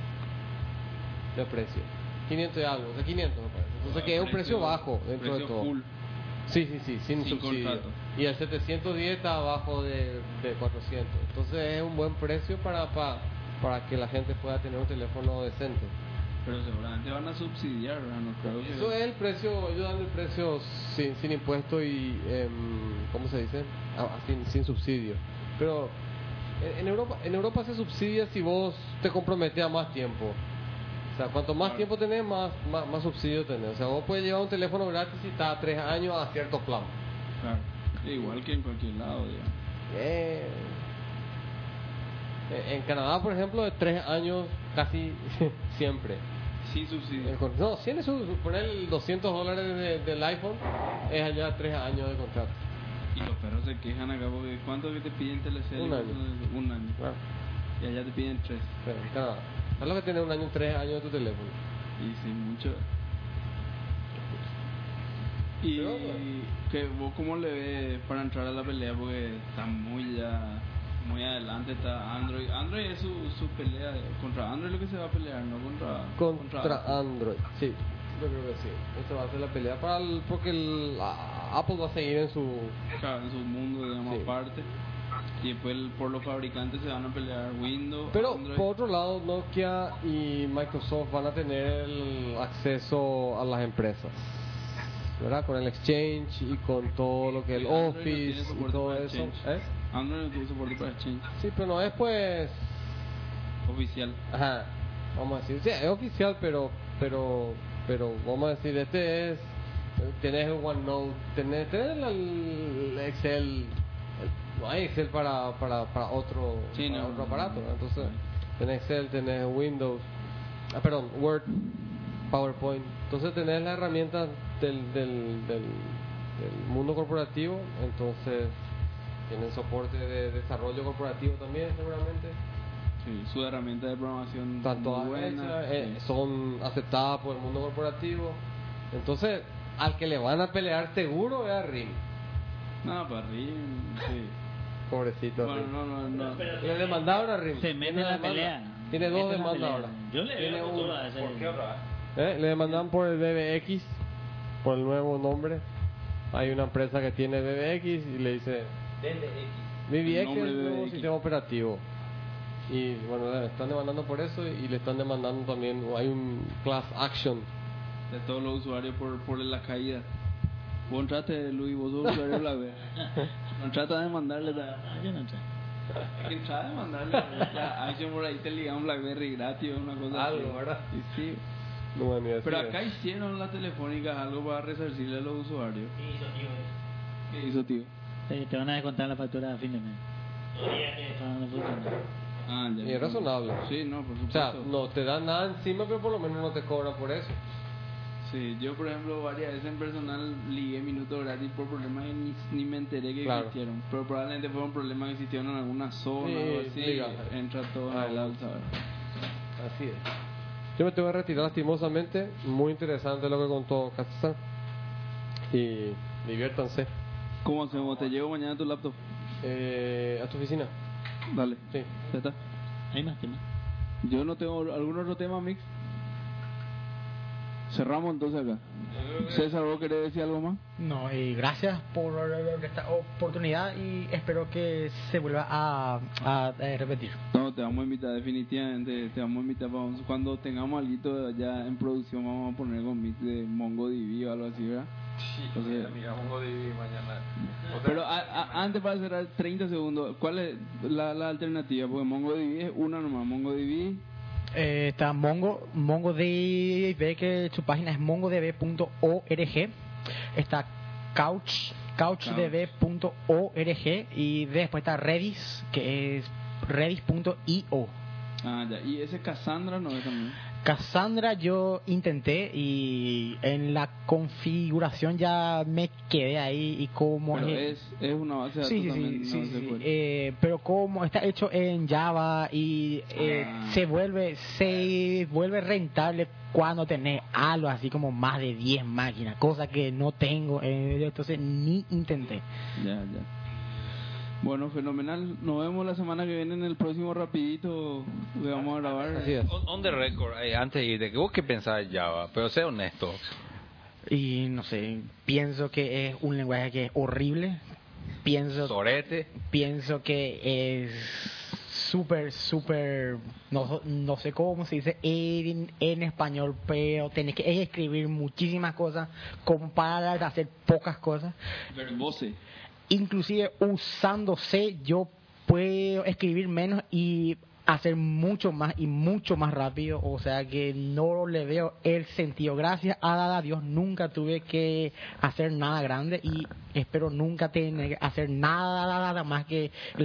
de precio. quinientos y algo, o sea, quinientos me parece. Entonces que es un precio bajo dentro de precio todo. full. Sí, sí, sí, sin, Sin subsidio. contrato. Y el setecientos diez está abajo de, de cuatrocientos. Entonces es un buen precio para, para, para que la gente pueda tener un teléfono decente. Pero seguramente van a subsidiar, ¿verdad? No creo que... Eso es el precio, ellos dan el precio sin, sin impuesto y, em, ¿cómo se dice? Ah, sin, sin subsidio. Pero en, en Europa en Europa se subsidia si vos te comprometes a más tiempo. O sea, cuanto más Claro. tiempo tenés, más, más, más subsidio tenés. O sea, vos puedes llevar un teléfono gratis y está a tres años a cierto plan. Claro. Igual que en cualquier lado, digamos. Eh, en Canadá, por ejemplo, de tres años casi siempre. Sin subsidio. El con- No, tiene su, su- poner el doscientos dólares de- del iPhone, es allá tres años de contrato. Y los perros se quejan acá porque ¿cuánto que te piden Telecel? Un año. Un año. Claro, Y allá te piden tres. pero en Canadá. ¿Sabes lo que tiene un año, tres años de tu teléfono? Y sin mucho. Y Pero, bueno. que vos cómo le ves para entrar a la pelea porque está muy ya muy adelante está Android. Android es su, su pelea contra Android lo que se va a pelear, no contra Contra Apple. Android, sí, yo creo que sí. Esa va a ser la pelea para el, porque el, a- Apple va a seguir en su... Claro, en su mundo digamos Sí. aparte. Y después el- por los fabricantes se van a pelear Windows, Pero Android. por otro lado, Nokia y Microsoft van a tener el acceso a las empresas, ¿verdad? Con el Exchange y con todo lo que es el Android no Office tiene y soporte todo para eso. Exchange. ¿Eh? Android no tiene soporte para Exchange Sí, pero no es pues... oficial. Ajá, vamos a decir, sí, es oficial, pero, pero, pero, vamos a decir, este es, tenés el OneNote, tenés, tenés el, el Excel, el- no hay Excel para, para, para otro, Sí, para no, otro no, aparato, no, ¿no? Entonces, no. tenés Excel, tenés Windows, ah, perdón, Word, PowerPoint, entonces tenés las herramientas del, del, del, del mundo corporativo, entonces tienen soporte de desarrollo corporativo también, seguramente. Sí, su herramienta de programación Están todas muy buena. hechas, eh, sí. son aceptadas por el mundo corporativo. Entonces, al que le van a pelear seguro es a Ring. No, para arriba, sí. Pobrecito. Bueno, Ring. no, no, no. Le demandaron a Ring. Se mete Tiene en la demanda. pelea. Tiene Se dos mete en la demandas pelea. ahora. Yo le Tiene veo un- futuro a ese- ¿Por qué otra ¿Eh? vez? Le demandan por el B B X, por el nuevo nombre. Hay una empresa que tiene B B X y le dice B B X El es nombre el nuevo B B X. sistema operativo. Y bueno, le están demandando por eso y le están demandando también, hay un class action. De todos los usuarios por, por la caída. Vos entraste, Luis, vos sos usuario de BlackBerry. No trata de mandarle la... Ah, yo no sé. Es que trata de mandarle la acción por ahí, te liga un BlackBerry gratis o una cosa Algo, así. ¿verdad? Sí, sí. No me ni Pero decía. acá hicieron las telefónicas algo para resarcirle a los usuarios. ¿Qué hizo, tío? Te, te van a descontar la factura a fin de mes. Todavía no funciona. Ah, ya. Y es razonable. Sí, no, por O sea, supuesto. no te dan nada encima, pero por lo menos no te cobran por eso. Sí, yo por ejemplo varias veces en personal ligué minutos gratis por problemas que ni, ni me enteré que Claro. existieron. Pero probablemente fueron problemas que existieron en alguna zona Sí, o algo así. liga. Entra todo en Ah, el alza. Así es. Yo me tengo que retirar lastimosamente. Muy interesante lo que contó Kazan. Y diviértanse. ¿Cómo hacemos? ¿Te llevo mañana tu laptop? Eh, ¿A tu oficina? Dale. Sí. Ya está. Hay más temas. Yo no tengo algún otro tema, Mix. Cerramos entonces acá. César, ¿vos querés decir algo más? No, y gracias por esta oportunidad y espero que se vuelva a, a, a repetir. No, te vamos a invitar, definitivamente. Te vamos a invitar. Vamos, cuando tengamos algo ya en producción, vamos a poner con Mix de MongoDB o algo así, ¿verdad? Entonces, Mira, MongoDB mañana. O sea, pero a, a, antes para cerrar treinta segundos, ¿cuál es la, la alternativa? Porque MongoDB es una nomás. MongoDB, Eh, está Mongo, MongoDB, que su página es mongodb punto org. Está Couch, couchdb punto org y después está Redis, que es redis punto io. ah, ya. Y ese Cassandra no es también. Cassandra yo intenté y en la configuración ya me quedé ahí y como Pero es, es una base de datos sí, sí, también. sí, sí, no se sí. puede. Eh, pero como está hecho en Java y eh, Ah. se vuelve se vuelve rentable cuando tenés algo así como más de diez máquinas, cosa que no tengo, eh, entonces ni intenté. Ya, ya. Bueno, fenomenal. Nos vemos la semana que viene en el próximo rapidito que vamos a grabar. Así es. on, on the record, eh, antes de irte, ¿vos qué pensás de Java? Pero sé honesto. Y no sé, pienso que es un lenguaje que es horrible. Pienso Sorete. pienso que es súper, súper, no, no sé cómo se dice en, en español, pero tenés que escribir muchísimas cosas como para hacer pocas cosas. Verbose. Inclusive usando C yo puedo escribir menos y hacer mucho más y mucho más rápido, o sea que no le veo el sentido. Gracias a Dios nunca tuve que hacer nada grande y espero nunca tener que hacer nada, nada más que el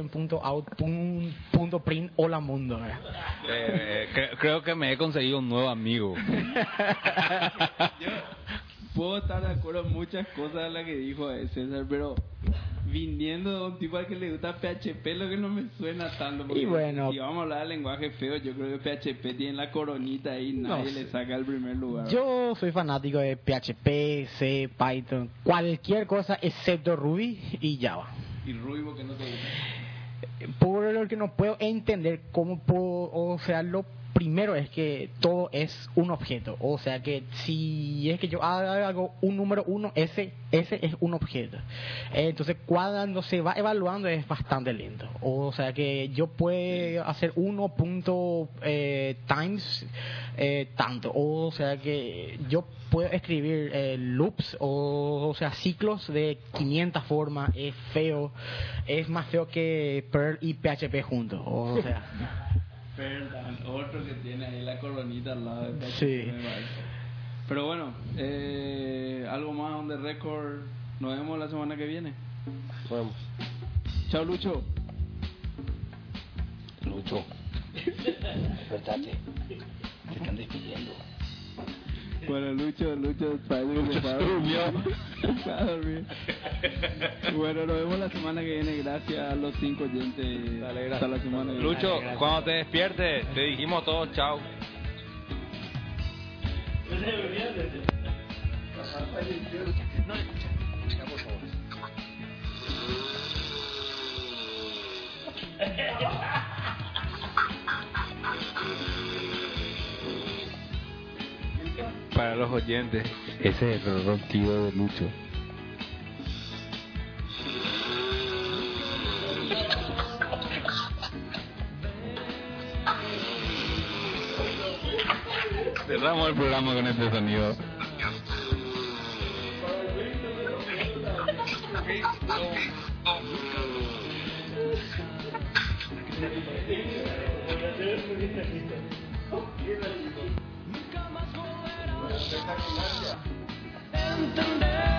system.out.print hola mundo, ¿verdad? Eh, cre- creo que me he conseguido un nuevo amigo. Yo puedo estar de acuerdo en muchas cosas de las que dijo César, pero viniendo de un tipo al que le gusta P H P, lo que no me suena tanto. Porque Y bueno. si vamos a hablar de lenguaje feo, yo creo que P H P tiene la coronita ahí y No nadie sé. le saca el primer lugar. Yo soy fanático de P H P, C, Python, cualquier cosa excepto Ruby y Java. Y Ruby, ¿por qué no te gusta? Por lo que no puedo entender cómo puedo, o sea, lo primero es que todo es un objeto, o sea que si es que yo hago un número uno, ese ese es un objeto. Eh, Entonces cuando se va evaluando es bastante lento, o sea que yo puedo hacer uno punto eh, times eh, tanto, o sea que yo puedo escribir eh, loops, o, o sea ciclos de quinientas formas. Es feo, es más feo que Perl y P H P juntos, o sea. Perdón, otro que tiene ahí la coronita al lado de P H P, Sí. me parece. Pero bueno, eh, algo más on the record. Nos vemos la semana que viene. Bueno. Chao, Lucho. Lucho, despertate. Te están despidiendo. Bueno, Lucho, Lucho parece que se fue a dormir. Se fue a dormir. Bueno, nos vemos la semana que viene. Gracias a los cinco oyentes. Dale, gracias. Hasta la semana que viene. Lucho, cuando te despiertes, te dijimos todos chao. No, escucha, escucha, por favor. Para los oyentes, ese es el ronquido de Lucho. Cerramos el programa con este sonido. Entender